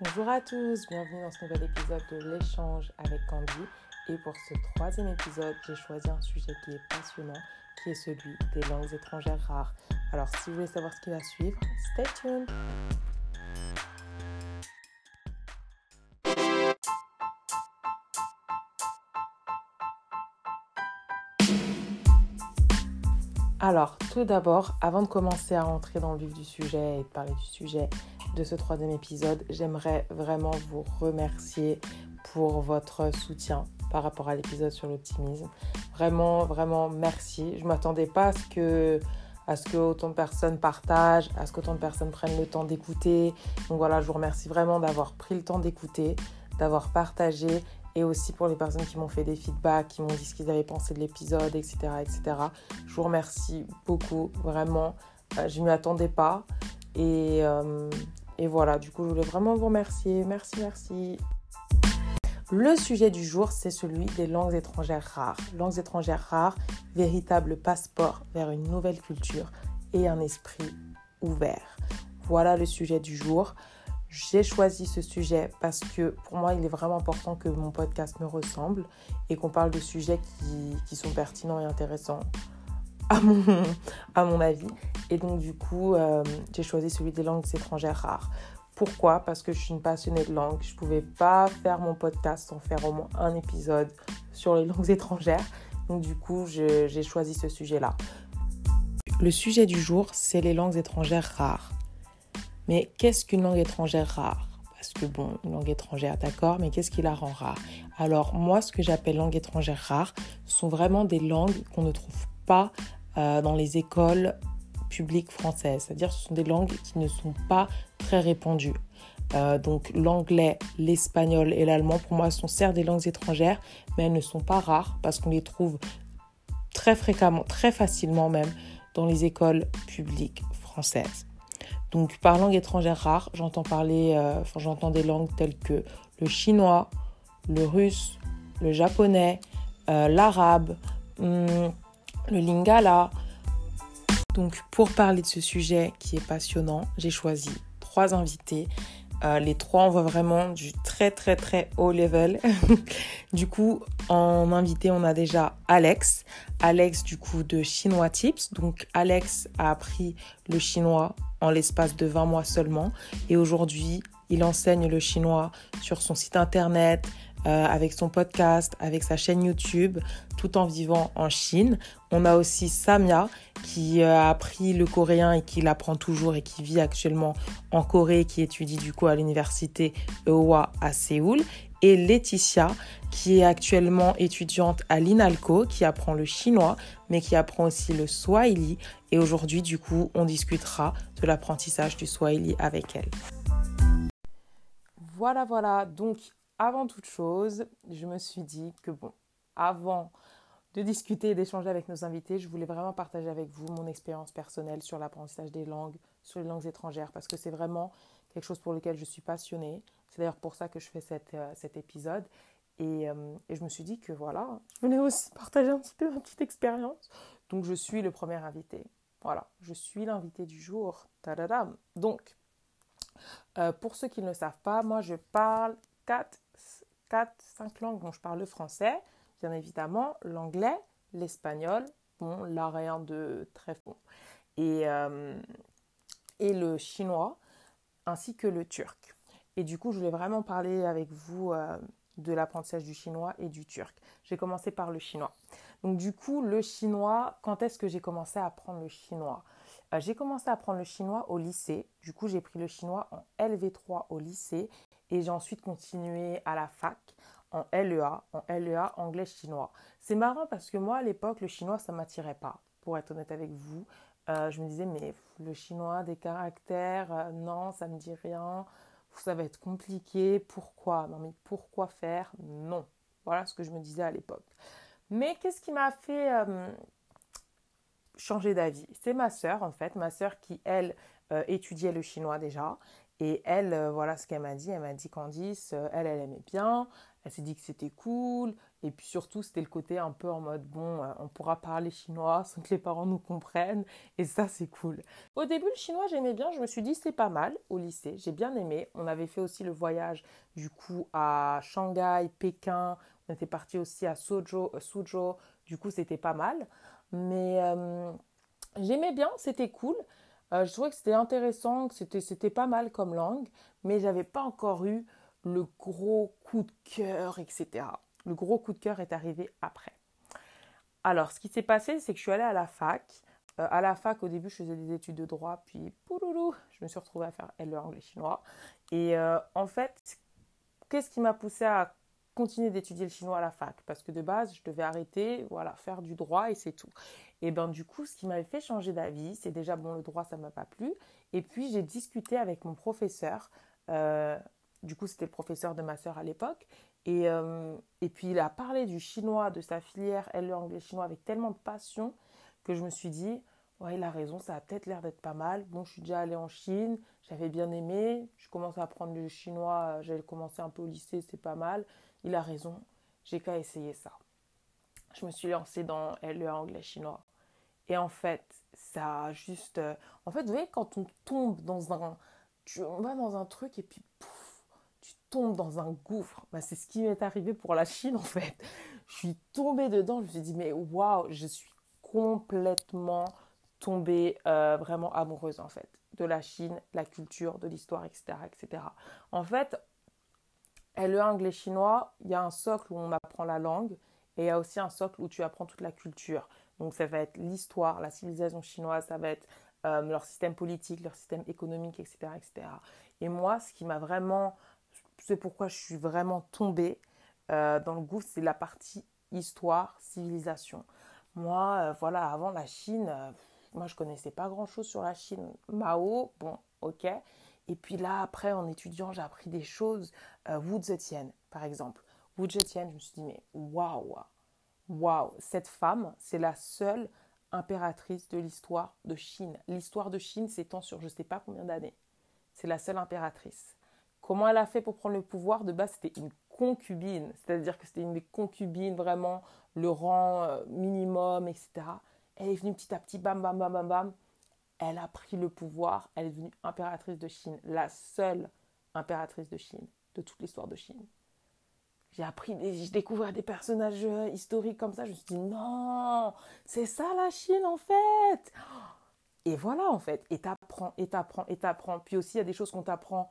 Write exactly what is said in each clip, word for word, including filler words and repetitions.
Bonjour à tous, bienvenue dans ce nouvel épisode de l'échange avec Candy. Et pour ce troisième épisode, j'ai choisi un sujet qui est passionnant, qui est celui des langues étrangères rares. Alors si vous voulez savoir ce qui va suivre, stay tuned! Alors, tout d'abord, avant de commencer à rentrer dans le vif du sujet et de parler du sujet de ce troisième épisode, j'aimerais vraiment vous remercier pour votre soutien par rapport à l'épisode sur l'optimisme. Vraiment, vraiment merci. Je ne m'attendais pas à ce que, à ce que autant de personnes partagent, à ce qu'autant de personnes prennent le temps d'écouter. Donc voilà, je vous remercie vraiment d'avoir pris le temps d'écouter, d'avoir partagé. Et aussi pour les personnes qui m'ont fait des feedbacks, qui m'ont dit ce qu'ils avaient pensé de l'épisode, et cetera, et cetera. Je vous remercie beaucoup, vraiment. Euh, je ne m'y attendais pas. Et, euh, et voilà, du coup, je voulais vraiment vous remercier. Merci, merci. Le sujet du jour, c'est celui des langues étrangères rares. Langues étrangères rares, véritable passeport vers une nouvelle culture et un esprit ouvert. Voilà le sujet du jour. J'ai choisi ce sujet parce que pour moi, il est vraiment important que mon podcast me ressemble et qu'on parle de sujets qui, qui sont pertinents et intéressants à mon, à mon avis. Et donc, du coup, euh, j'ai choisi celui des langues étrangères rares. Pourquoi ? Parce que je suis une passionnée de langue. Je ne pouvais pas faire mon podcast sans faire au moins un épisode sur les langues étrangères. Donc, du coup, je, j'ai choisi ce sujet-là. Le sujet du jour, c'est les langues étrangères rares. Mais qu'est-ce qu'une langue étrangère rare ? Parce que bon, une langue étrangère, d'accord, mais qu'est-ce qui la rend rare ? Alors moi, ce que j'appelle langue étrangère rare, sont vraiment des langues qu'on ne trouve pas euh, dans les écoles publiques françaises. C'est-à-dire ce sont des langues qui ne sont pas très répandues. Euh, donc l'anglais, l'espagnol et l'allemand, pour moi, sont certes des langues étrangères, mais elles ne sont pas rares parce qu'on les trouve très fréquemment, très facilement même, dans les écoles publiques françaises. Donc, par langue étrangère rare, j'entends parler, euh, enfin, j'entends des langues telles que le chinois, le russe, le japonais, euh, l'arabe, hum, le lingala. Donc, pour parler de ce sujet qui est passionnant, j'ai choisi trois invités. Euh, les trois, on voit vraiment du très, très, très haut level. Du coup, en invité, on a déjà Alex. Alex, du coup, de Chinois Tips. Donc, Alex a appris le chinois en l'espace de vingt mois seulement. Et aujourd'hui, il enseigne le chinois sur son site internet, euh, avec son podcast, avec sa chaîne YouTube, tout en vivant en Chine. On a aussi Samia qui euh, a appris le coréen et qui l'apprend toujours et qui vit actuellement en Corée, qui étudie du coup à l'université Ewha à Séoul. Et Laetitia qui est actuellement étudiante à l'INALCO, qui apprend le chinois, mais qui apprend aussi le swahili. Et aujourd'hui, du coup, on discutera de l'apprentissage du swahili avec elle. Voilà, voilà. Donc, avant toute chose, je me suis dit que bon, avant de discuter et d'échanger avec nos invités, je voulais vraiment partager avec vous mon expérience personnelle sur l'apprentissage des langues, sur les langues étrangères, parce que c'est vraiment quelque chose pour lequel je suis passionnée. C'est d'ailleurs pour ça que je fais cette, euh, cet épisode. Et, euh, et je me suis dit que voilà, je voulais aussi partager un petit peu ma petite expérience. Donc, je suis le premier invité. Voilà, je suis l'invité du jour. Tadadam. Donc, euh, pour ceux qui ne le savent pas, moi, je parle quatre, cinq langues. Bon, je parle le français, bien évidemment, l'anglais, l'espagnol, bon, là, rien de très bon, et, euh, et le chinois, ainsi que le turc. Et du coup, je voulais vraiment parler avec vous euh, de l'apprentissage du chinois et du turc. J'ai commencé par le chinois. Donc du coup, le chinois, quand est-ce que j'ai commencé à apprendre le chinois ? euh, J'ai commencé à apprendre le chinois au lycée. Du coup, j'ai pris le chinois en L V trois au lycée et j'ai ensuite continué à la fac en L E A, en L E A anglais-chinois. C'est marrant parce que moi, à l'époque, le chinois, ça ne m'attirait pas, pour être honnête avec vous. Euh, je me disais, mais le chinois, des caractères, euh, non, ça ne me dit rien, ça va être compliqué, pourquoi ? Non, mais pourquoi faire ? Non. Voilà ce que je me disais à l'époque. Mais qu'est-ce qui m'a fait euh, changer d'avis ? C'est ma sœur, en fait, ma sœur qui, elle, euh, étudiait le chinois déjà. Et elle, euh, voilà ce qu'elle m'a dit. Elle m'a dit, Candice, euh, elle, elle aimait bien. Elle s'est dit que c'était cool. Et puis surtout, c'était le côté un peu en mode, bon, euh, on pourra parler chinois sans que les parents nous comprennent. Et ça, c'est cool. Au début, le chinois, j'aimais bien. Je me suis dit, c'est pas mal au lycée. J'ai bien aimé. On avait fait aussi le voyage, du coup, à Shanghai, Pékin. On était parti aussi à Suzhou. euh, Suzhou. Du coup, c'était pas mal. Mais euh, j'aimais bien, c'était cool. Euh, je trouvais que c'était intéressant, que c'était, c'était pas mal comme langue. Mais j'avais pas encore eu le gros coup de cœur, et cetera. Le gros coup de cœur est arrivé après. Alors, ce qui s'est passé, c'est que je suis allée à la fac. Euh, à la fac, au début, je faisais des études de droit, puis pouloulou, je me suis retrouvée à faire L E anglais chinois. Et euh, en fait, qu'est-ce qui m'a poussée à continuer d'étudier le chinois à la fac? Parce que de base, je devais arrêter, voilà, faire du droit et c'est tout. Et ben du coup, ce qui m'avait fait changer d'avis, c'est déjà, bon, le droit, ça ne m'a pas plu. Et puis, j'ai discuté avec mon professeur. Euh, du coup, c'était le professeur de ma sœur à l'époque. Et, euh, et puis, il a parlé du chinois, de sa filière L E anglais chinois avec tellement de passion que je me suis dit, ouais, il a raison, ça a peut-être l'air d'être pas mal. Bon, je suis déjà allée en Chine, j'avais bien aimé, je commençais à apprendre le chinois, j'avais commencé un peu au lycée, c'est pas mal. Il a raison, j'ai qu'à essayer ça. Je me suis lancée dans L E anglais chinois. Et en fait, ça a juste... euh, En fait, vous voyez, quand on tombe dans un... Tu, on va dans un truc et puis pouf, tu tombes dans un gouffre. Bah, c'est ce qui m'est arrivé pour la Chine, en fait. Je suis tombée dedans, je me suis dit, mais waouh, je suis complètement tombée euh, vraiment amoureuse, en fait, de la Chine, de la culture, de l'histoire, et cetera, et cetera. En fait, L E anglais chinois, il y a un socle où on apprend la langue et il y a aussi un socle où tu apprends toute la culture. Donc ça va être l'histoire, la civilisation chinoise, ça va être euh, leur système politique, leur système économique, et cetera, et cetera. Et moi, ce qui m'a vraiment, c'est pourquoi je suis vraiment tombée euh, dans le gouffre, c'est la partie histoire, civilisation. Moi, euh, voilà, avant la Chine, euh, moi je connaissais pas grand-chose sur la Chine. Mao, bon, ok. Et puis là, après, en étudiant, j'ai appris des choses. Euh, Wu Zetian, par exemple. Wu Zetian, je me suis dit, mais waouh, waouh, cette femme, c'est la seule impératrice de l'histoire de Chine. L'histoire de Chine s'étend sur je ne sais pas combien d'années. C'est la seule impératrice. Comment elle a fait pour prendre le pouvoir? De base, c'était une concubine, c'est-à-dire que c'était une des concubines, vraiment le rang euh, minimum, et cetera. Elle est venue petit à petit, bam, bam, bam, bam, bam. Elle a pris le pouvoir, elle est devenue impératrice de Chine, la seule impératrice de Chine, de toute l'histoire de Chine. J'ai appris, des, j'ai découvert des personnages euh, historiques comme ça, je me suis dit non, c'est ça la Chine en fait. Et voilà en fait, et t'apprends, et t'apprends, et t'apprends. Puis aussi il y a des choses qu'on t'apprend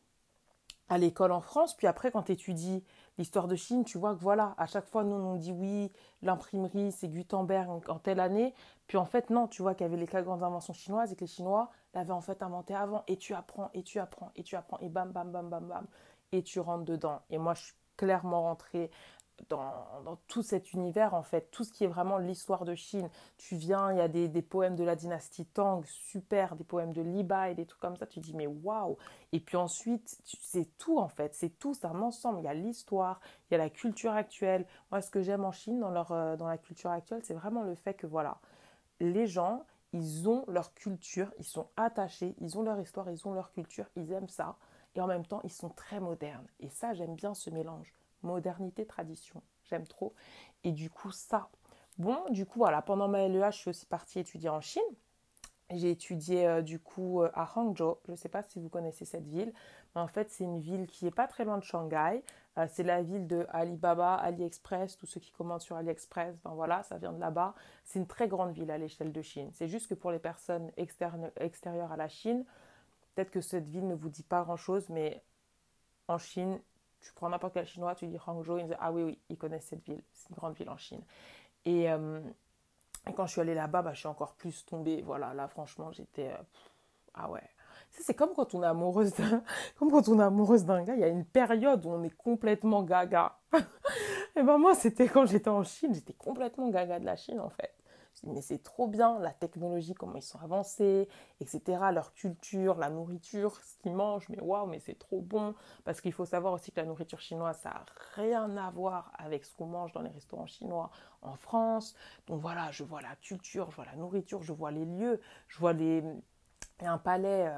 à l'école en France, puis après quand tu étudies l'histoire de Chine, tu vois que voilà, à chaque fois nous on dit oui, l'imprimerie c'est Gutenberg en, en telle année, puis en fait non, tu vois qu'il y avait les quatre grandes inventions chinoises et que les Chinois l'avaient en fait inventé avant, et tu apprends, et tu apprends, et tu apprends, et bam, bam, bam, bam, bam, et tu rentres dedans. Et moi je suis clairement rentrée dans, dans tout cet univers, en fait, tout ce qui est vraiment l'histoire de Chine. Tu viens, il y a des, des poèmes de la dynastie Tang, super, des poèmes de Li Bai, des trucs comme ça, tu dis mais waouh. Et puis ensuite, c'est tout en fait, c'est tout, c'est un ensemble. Il y a l'histoire, il y a la culture actuelle. Moi, ce que j'aime en Chine, dans, leur, euh, dans la culture actuelle, c'est vraiment le fait que voilà, les gens, ils ont leur culture, ils sont attachés, ils ont leur histoire, ils ont leur culture, ils aiment ça. Et en même temps, ils sont très modernes. Et ça, j'aime bien ce mélange modernité, tradition. J'aime trop. Et du coup, ça. Bon, du coup, voilà, pendant ma L E A, je suis aussi partie étudier en Chine. J'ai étudié euh, du coup euh, à Hangzhou. Je ne sais pas si vous connaissez cette ville. Mais en fait, c'est une ville qui n'est pas très loin de Shanghai. Euh, c'est la ville de Alibaba, AliExpress, tous ceux qui commandent sur AliExpress. Ben voilà, ça vient de là-bas. C'est une très grande ville à l'échelle de Chine. C'est juste que pour les personnes externe- extérieures à la Chine, peut-être que cette ville ne vous dit pas grand-chose, mais en Chine, tu prends n'importe quel chinois, tu dis Hangzhou, ils disent ah oui, oui, ils connaissent cette ville, c'est une grande ville en Chine. Et, euh, et quand je suis allée là-bas, bah, je suis encore plus tombée. Voilà, là, franchement, j'étais. euh, ah ouais. Ça, c'est comme quand on est amoureuse d'un, comme quand on est amoureuse d'un gars, il y a une période où on est complètement gaga. Et ben moi, c'était quand j'étais en Chine, j'étais complètement gaga de la Chine en fait. Je dis, mais c'est trop bien, la technologie, comment ils sont avancés, et cetera. Leur culture, la nourriture, ce qu'ils mangent, mais waouh, mais c'est trop bon. Parce qu'il faut savoir aussi que la nourriture chinoise, ça n'a rien à voir avec ce qu'on mange dans les restaurants chinois en France. Donc voilà, je vois la culture, je vois la nourriture, je vois les lieux, je vois les... Il y a un palais... euh,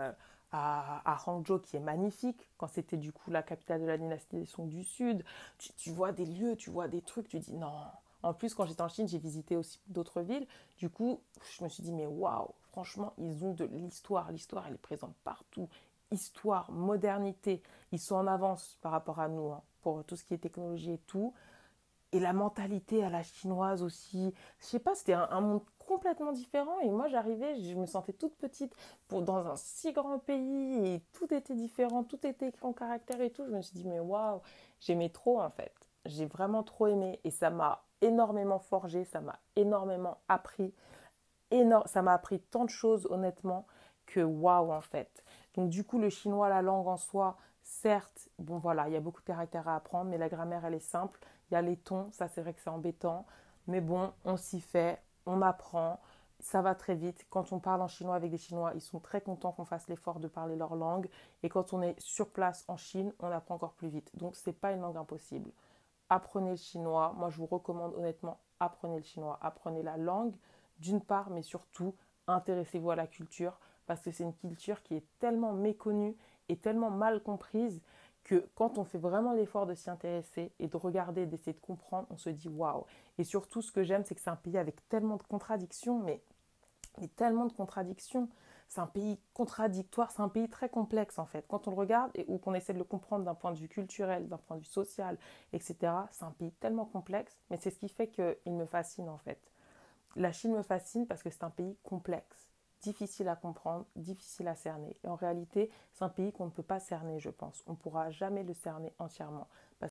à, à Hangzhou qui est magnifique, quand c'était du coup la capitale de la dynastie des Song du Sud. Tu, tu vois des lieux, tu vois des trucs, tu dis non. En plus, quand j'étais en Chine, j'ai visité aussi d'autres villes. Du coup, je me suis dit, mais waouh, franchement, ils ont de l'histoire. L'histoire, elle est présente partout. Histoire, modernité. Ils sont en avance par rapport à nous, hein, pour tout ce qui est technologie et tout. Et la mentalité à la chinoise aussi. Je sais pas, c'était un, un monde complètement différent. Et moi, j'arrivais, je me sentais toute petite pour, dans un si grand pays. Et tout était différent, tout était écrit en caractère et tout. Je me suis dit, mais waouh, j'aimais trop en fait. J'ai vraiment trop aimé. Et ça m'a énormément forgé, ça m'a énormément appris. Énorme, ça m'a appris tant de choses honnêtement que waouh en fait. Donc du coup, le chinois, la langue en soi, certes, bon voilà, il y a beaucoup de caractères à apprendre, mais la grammaire, elle est simple. Il y a les tons, ça c'est vrai que c'est embêtant. Mais bon, on s'y fait, on apprend, ça va très vite. Quand on parle en chinois avec des Chinois, ils sont très contents qu'on fasse l'effort de parler leur langue. Et quand on est sur place en Chine, on apprend encore plus vite. Donc c'est pas une langue impossible. Apprenez le chinois. Moi, je vous recommande honnêtement, apprenez le chinois. Apprenez la langue, d'une part, mais surtout, intéressez-vous à la culture, parce que c'est une culture qui est tellement méconnue et tellement mal comprise que quand on fait vraiment l'effort de s'y intéresser et de regarder, d'essayer de comprendre, on se dit waouh. Et surtout, ce que j'aime, c'est que c'est un pays avec tellement de contradictions, mais, mais tellement de contradictions. C'est un pays contradictoire, c'est un pays très complexe en fait. Quand on le regarde et, ou qu'on essaie de le comprendre d'un point de vue culturel, d'un point de vue social, et cetera, c'est un pays tellement complexe, mais c'est ce qui fait qu'il me fascine en fait. La Chine me fascine parce que c'est un pays complexe, difficile à comprendre, difficile à cerner. Et en réalité, c'est un pays qu'on ne peut pas cerner, je pense. On ne pourra jamais le cerner entièrement. Parce...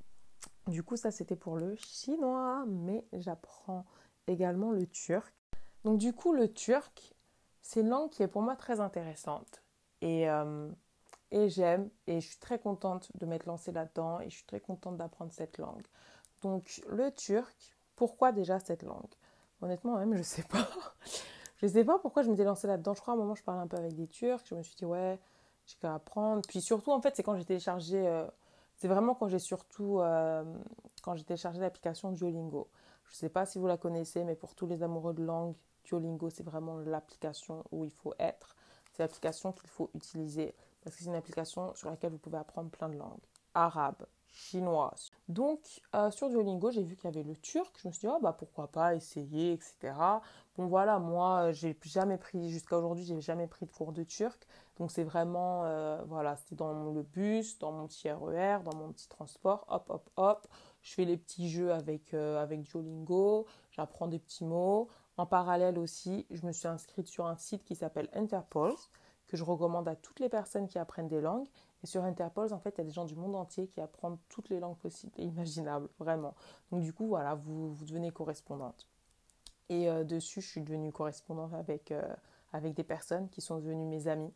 Du coup, ça c'était pour le chinois, mais j'apprends également le turc. Donc du coup, le turc, c'est une langue qui est pour moi très intéressante. Et, euh, et j'aime, et je suis très contente de m'être lancée là-dedans, et je suis très contente d'apprendre cette langue. Donc le turc, pourquoi déjà cette langue? Honnêtement, même, je sais pas. Je sais pas pourquoi je m'étais lancée là-dedans. Je crois à un moment, je parlais un peu avec des Turcs. Je me suis dit, ouais, j'ai qu'à apprendre. Puis surtout, en fait, c'est quand j'ai téléchargé... euh, c'est vraiment quand j'ai surtout... euh, quand j'ai téléchargé l'application Duolingo. Je sais pas si vous la connaissez, mais pour tous les amoureux de langue, Duolingo, c'est vraiment l'application où il faut être. C'est l'application qu'il faut utiliser. Parce que c'est une application sur laquelle vous pouvez apprendre plein de langues. Arabe, chinois. Donc, euh, sur Duolingo, j'ai vu qu'il y avait le turc. Je me suis dit, oh, bah, pourquoi pas essayer, et cetera. Bon, voilà, moi, euh, j'ai jamais pris, jusqu'à aujourd'hui, j'ai jamais pris de cours de turc. Donc, c'est vraiment, euh, voilà, c'était dans le bus, dans mon petit R E R, dans mon petit transport. Hop, hop, hop. Je fais les petits jeux avec, euh, avec Duolingo. J'apprends des petits mots. En parallèle aussi, je me suis inscrite sur un site qui s'appelle Interpol, que je recommande à toutes les personnes qui apprennent des langues. Et sur Interpol, en fait, il y a des gens du monde entier qui apprennent toutes les langues possibles et imaginables, vraiment. Donc du coup, voilà, vous, vous devenez correspondante. Et euh, dessus, je suis devenue correspondante avec, euh, avec des personnes qui sont devenues mes amies.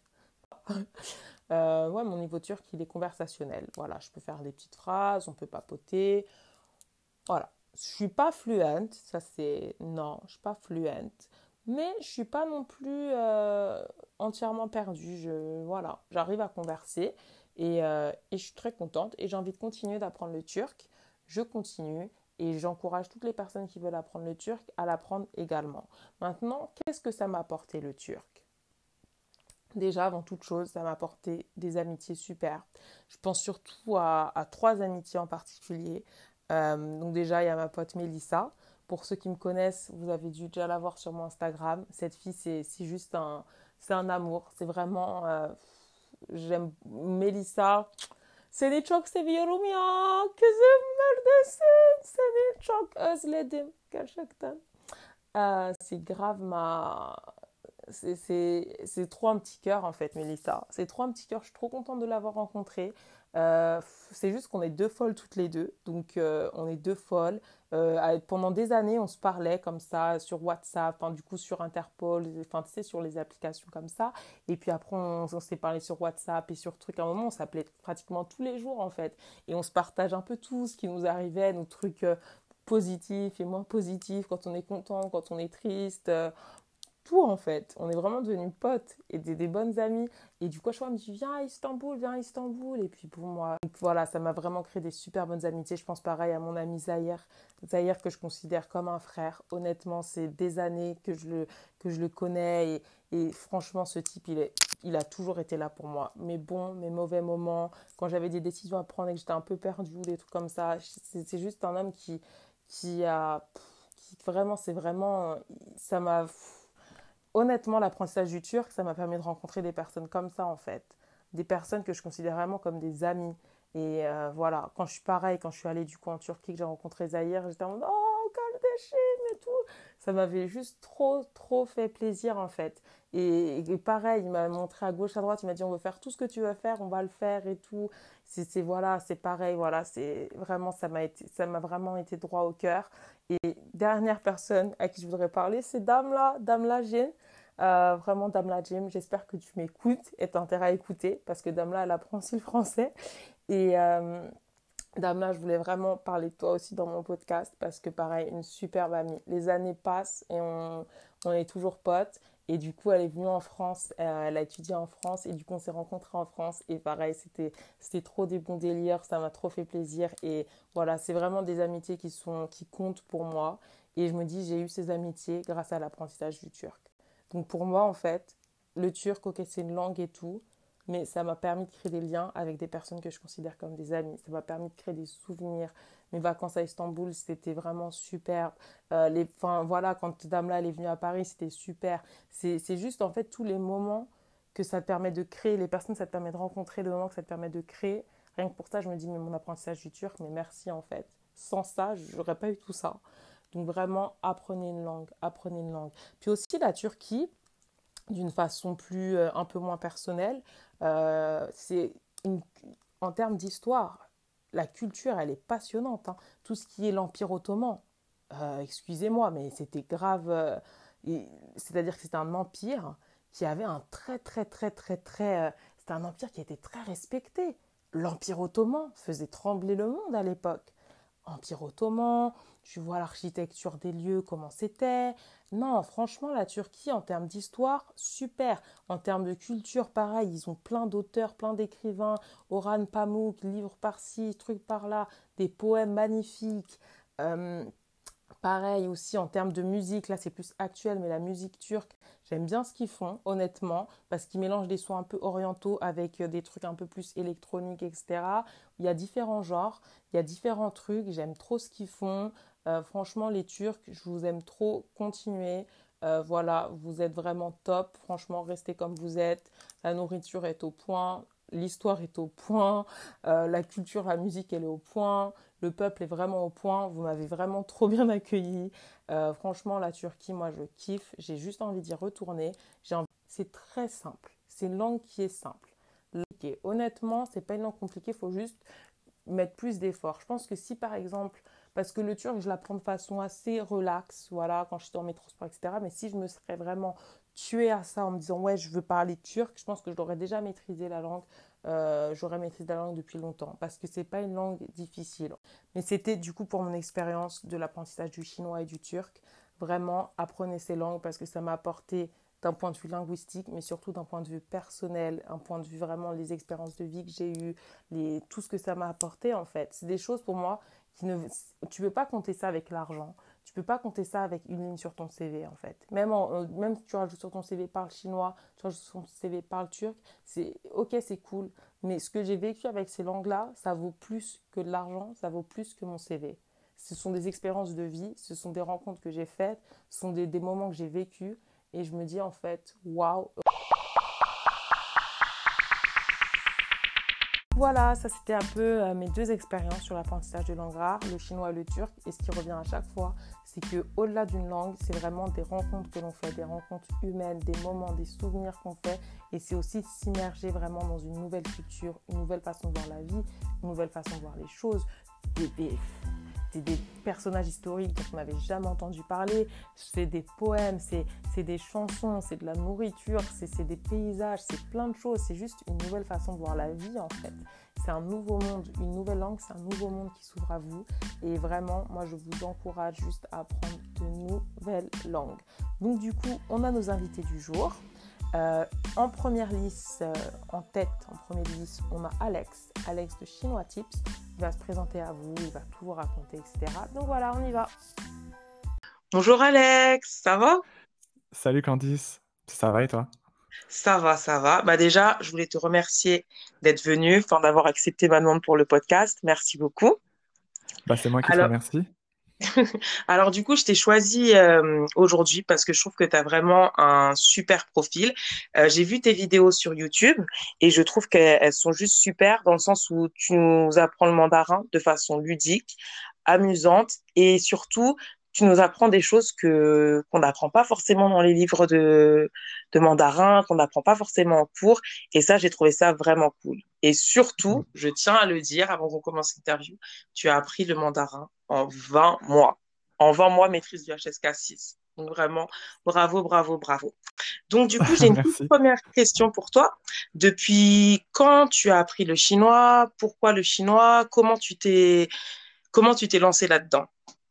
euh, ouais, mon niveau turc, il est conversationnel. Voilà, je peux faire des petites phrases, on peut papoter. Voilà. Je suis pas fluente, ça c'est... Non, je suis pas fluente. Mais je suis pas non plus euh, entièrement perdue. Je, voilà, j'arrive à converser et, euh, et je suis très contente. Et j'ai envie de continuer d'apprendre le turc. Je continue et j'encourage toutes les personnes qui veulent apprendre le turc à l'apprendre également. Maintenant, qu'est-ce que ça m'a apporté le turc? Déjà, avant toute chose, ça m'a apporté des amitiés super. Je pense surtout à, à trois amitiés en particulier. Euh, donc déjà, il y a ma pote Mélissa. Pour ceux qui me connaissent, vous avez dû déjà la voir sur mon Instagram. Cette fille, c'est, c'est juste un, c'est un amour. C'est vraiment... euh, j'aime Mélissa. Seni çok seviyorum ya. Kızım neredesin? Seni çok özledim. Gerçekten. Euh, c'est grave ma... C'est, c'est, c'est trop un petit cœur en fait, Mélissa. C'est trop un petit cœur. Je suis trop contente de l'avoir rencontrée. Euh, c'est juste qu'on est deux folles toutes les deux. Donc, euh, on est deux folles. Euh, pendant des années, on se parlait comme ça sur WhatsApp, enfin, du coup sur Interpol, enfin, tu sais, sur les applications comme ça. Et puis après, on, on s'est parlé sur WhatsApp et sur trucs. À un moment, on s'appelait pratiquement tous les jours en fait. Et on se partage un peu tout ce qui nous arrivait, nos trucs euh, positifs et moins positifs, quand on est content, quand on est triste. Euh, tout en fait. On est vraiment devenus potes et des, des bonnes amies. Et du coup, à chaque fois, elle me dit, viens à Istanbul, viens à Istanbul. Et puis pour moi, donc voilà, ça m'a vraiment créé des super bonnes amitiés. Je pense pareil à mon ami Zahir. Zahir que je considère comme un frère. Honnêtement, c'est des années que je le, que je le connais. Et, et franchement, ce type, il, est, il a toujours été là pour moi. Mes bons, mes mauvais moments, quand j'avais des décisions à prendre et que j'étais un peu perdue ou des trucs comme ça. C'est, c'est juste un homme qui, qui a... Qui, vraiment, c'est vraiment... Ça m'a... Honnêtement, l'apprentissage du turc, ça m'a permis de rencontrer des personnes comme ça, en fait. Des personnes que je considère vraiment comme des amis. Et euh, voilà, quand je suis pareil, quand je suis allée du coup en Turquie, que j'ai rencontré Zahir, j'étais en mode «Oh, Kardeşim» et tout. Ça m'avait juste trop, trop fait plaisir, en fait. Et, et pareil, il m'a montré à gauche, à droite, il m'a dit «On veut faire tout ce que tu veux faire, on va le faire et tout». C'est, c'est voilà, c'est pareil, voilà, c'est vraiment, ça m'a été, ça m'a vraiment été droit au cœur. Et dernière personne à qui je voudrais parler, c'est Damla, Damla Jin. Euh, vraiment, Damla Jim, j'espère que tu m'écoutes et tu as intérêt à écouter parce que Damla, elle apprend aussi le français. Et euh, Damla, je voulais vraiment parler de toi aussi dans mon podcast parce que pareil, une superbe amie. Les années passent et on, on est toujours potes. Et du coup, elle est venue en France, euh, elle a étudié en France et du coup, on s'est rencontrés en France. Et pareil, c'était, c'était trop des bons délires, ça m'a trop fait plaisir. Et voilà, c'est vraiment des amitiés qui, sont, qui comptent pour moi. Et je me dis, j'ai eu ces amitiés grâce à l'apprentissage du turc. Donc pour moi, en fait, le turc, ok, c'est une langue et tout, mais ça m'a permis de créer des liens avec des personnes que je considère comme des amis. Ça m'a permis de créer des souvenirs. Mes vacances à Istanbul, c'était vraiment superbe. Euh, les, enfin, voilà, quand Damla elle est venue à Paris, c'était super. C'est, c'est juste, en fait, tous les moments que ça te permet de créer, les personnes, ça te permet de rencontrer, les moments que ça te permet de créer. Rien que pour ça, je me dis, mais mon apprentissage du turc, mais merci, en fait. Sans ça, je n'aurais pas eu tout ça. Donc vraiment, apprenez une langue, apprenez une langue. Puis aussi la Turquie, d'une façon plus, euh, un peu moins personnelle, euh, c'est une, en termes d'histoire, la culture, elle est passionnante, hein. Tout ce qui est l'Empire ottoman, euh, excusez-moi, mais c'était grave. Euh, et, c'est-à-dire que c'était un empire qui avait un très, très, très, très, très... Euh, c'était un empire qui était très respecté. L'Empire ottoman faisait trembler le monde à l'époque. Empire ottoman, tu vois l'architecture des lieux, comment c'était. Non, franchement, la Turquie, en termes d'histoire, super. En termes de culture, pareil, ils ont plein d'auteurs, plein d'écrivains. Orhan Pamuk, livre par-ci, truc par-là, des poèmes magnifiques. Euh, Pareil aussi en termes de musique, là c'est plus actuel, mais la musique turque, j'aime bien ce qu'ils font, honnêtement, parce qu'ils mélangent des sons un peu orientaux avec euh, des trucs un peu plus électroniques, et cetera. Il y a différents genres, il y a différents trucs, j'aime trop ce qu'ils font. Euh, franchement, les Turcs, je vous aime trop, continuez. Euh, voilà, vous êtes vraiment top, franchement, restez comme vous êtes. La nourriture est au point, l'histoire est au point, euh, la culture, la musique, elle est au point. Le peuple est vraiment au point. Vous m'avez vraiment trop bien accueilli. Euh, franchement, la Turquie, moi, je kiffe. J'ai juste envie d'y retourner. J'ai envie... C'est très simple. C'est une langue qui est simple. Okay. Honnêtement, c'est pas une langue compliquée. Il faut juste mettre plus d'efforts. Je pense que si, par exemple, parce que le turc, je l'apprends de façon assez relax, voilà, quand je suis dans mes transports, et cetera. Mais si je me serais vraiment tuée à ça en me disant, ouais, je veux parler turc, je pense que je l'aurais déjà maîtrisé la langue. Euh, j'aurais maîtrisé la langue depuis longtemps parce que c'est pas une langue difficile. Mais c'était du coup pour mon expérience de l'apprentissage du chinois et du turc. Vraiment, apprenez ces langues parce que ça m'a apporté d'un point de vue linguistique, mais surtout d'un point de vue personnel, un point de vue vraiment les expériences de vie que j'ai eues, les, tout ce que ça m'a apporté en fait. C'est des choses pour moi qui ne... Tu ne peux pas compter ça avec l'argent. Tu peux pas compter ça avec une ligne sur ton C V en fait. Même, en, euh, même si tu rajoutes sur ton C V parle chinois, tu rajoutes sur ton C V parle turc, c'est ok, c'est cool. Mais ce que j'ai vécu avec ces langues-là, ça vaut plus que de l'argent, ça vaut plus que mon C V. Ce sont des expériences de vie, ce sont des rencontres que j'ai faites, ce sont des, des moments que j'ai vécus. Et je me dis en fait, waouh. Voilà, ça c'était un peu euh, mes deux expériences sur l'apprentissage de langue rare, le chinois et le turc. Et ce qui revient à chaque fois, c'est qu'au-delà d'une langue, c'est vraiment des rencontres que l'on fait, des rencontres humaines, des moments, des souvenirs qu'on fait. Et c'est aussi s'immerger vraiment dans une nouvelle culture, une nouvelle façon de voir la vie, une nouvelle façon de voir les choses. Des, des, des, des personnages historiques dont on n'avait jamais entendu parler, c'est des poèmes, c'est, c'est des chansons, c'est de la nourriture, c'est, c'est des paysages, c'est plein de choses. C'est juste une nouvelle façon de voir la vie en fait. C'est un nouveau monde, une nouvelle langue, c'est un nouveau monde qui s'ouvre à vous. Et vraiment, moi je vous encourage juste à apprendre de de nouvelles langues. Donc du coup, on a nos invités du jour. Euh, en première liste, euh, en tête, en première liste, on a Alex, Alex de Chinois Tips. Il va se présenter à vous, il va tout vous raconter, et cetera. Donc voilà, on y va. Bonjour Alex, ça va? Salut Candice, ça va et toi? Ça va, ça va. Bah déjà, je voulais te remercier d'être venu, enfin d'avoir accepté ma demande pour le podcast. Merci beaucoup. Bah, c'est moi qui te Alors, remercie. alors du coup, je t'ai choisi euh, aujourd'hui parce que je trouve que tu as vraiment un super profil. Euh, j'ai vu tes vidéos sur YouTube et je trouve qu'elles elles sont juste super dans le sens où tu nous apprends le mandarin de façon ludique, amusante et surtout, tu nous apprends des choses que qu'on n'apprend pas forcément dans les livres de, de mandarin, qu'on n'apprend pas forcément en cours. Et ça, j'ai trouvé ça vraiment cool. Et surtout, je tiens à le dire avant qu'on commence l'interview, tu as appris le mandarin en vingt mois. En vingt mois, maîtrise du H S K six. Donc vraiment, bravo, bravo, bravo. Donc du coup, j'ai une toute Merci. première question pour toi. Depuis quand tu as appris le chinois? Pourquoi le chinois? Comment tu t'es, comment tu t'es lancé là-dedans?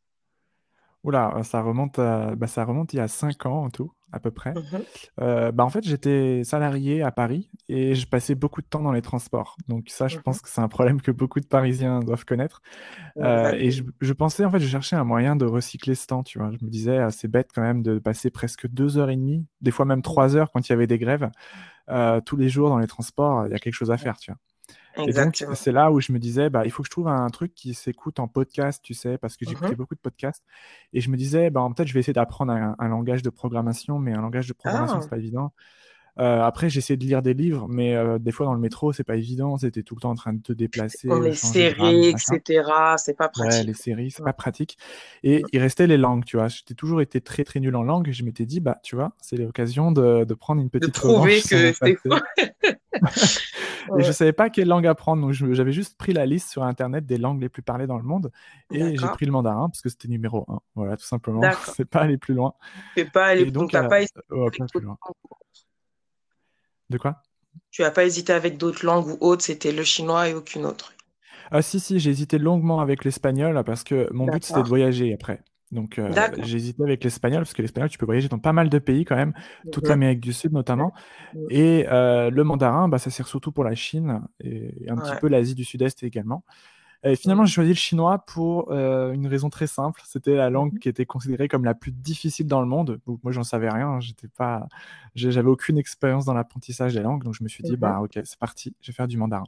Oula, ça remonte à- bah, ça remonte il y a cinq ans en tout, à peu près. Mhm. Euh, bah, en fait, j'étais salarié à Paris et je passais beaucoup de temps dans les transports. Donc ça, je Mhm. pense que c'est un problème que beaucoup de Parisiens doivent connaître. Euh, et je, Exactement. je pensais, en fait, je cherchais un moyen de recycler ce temps, tu vois. Je me disais, ah, c'est bête quand même de passer presque deux heures et demie, des fois même trois heures quand il y avait des grèves, euh, tous les jours dans les transports, il y a quelque chose à faire, tu vois. Et donc, Exactement. c'est là où je me disais, bah, il faut que je trouve un truc qui s'écoute en podcast, tu sais, parce que Mhm. j'écoutais beaucoup de podcasts. Et je me disais, bah, peut-être je vais essayer d'apprendre un, un langage de programmation, mais un langage de programmation, Ah, c'est pas évident. Euh, après, j'ai essayé de lire des livres, mais euh, des fois dans le métro, c'est pas évident. C'était tout le temps en train de te déplacer, on euh, est changer de serré, rame, machin. et cetera. C'est pas Ouais, pratique. les séries, c'est Mhm. pas pratique. Et il restait les langues, tu vois. J'étais toujours été très, très nul en langue. Et je m'étais dit, bah, tu vois, c'est l'occasion de, de prendre une De petite revanche prouver sur que mon c'est faux. passé. Et je Ouais. savais pas quelle langue apprendre, donc je- j'avais juste pris la liste sur Internet des langues les plus parlées dans le monde et j'ai D'accord. pris le mandarin parce que c'était numéro un. Voilà, tout simplement. D'accord. C'est pas aller plus loin. Tu pas allé, Et donc donc, t'as euh, pas hésité ouais, avec pas plus d'autres loin. langues. De quoi? Tu as pas hésité avec d'autres langues ou autres, c'était le chinois et aucune autre. Ah si, si, j'ai hésité longuement avec l'espagnol parce que mon but c'était de D'accord. voyager après. Donc euh, D'accord. j'ai hésité avec l'espagnol parce que l'espagnol, tu peux voyager dans pas mal de pays quand même, toute Mhm. l'Amérique du Sud notamment. Mhm. Et euh, le mandarin, bah, ça sert surtout pour la Chine et un petit Ouais. peu l'Asie du Sud-Est également. Et finalement, Mhm. j'ai choisi le chinois pour euh, une raison très simple. C'était la langue Mhm. qui était considérée comme la plus difficile dans le monde. Donc, moi, j'en savais rien. J'étais pas, j'ai- j'avais aucune expérience dans l'apprentissage des langues. Donc, je me suis dit, Mhm. bah, ok, c'est parti. Je vais faire du mandarin.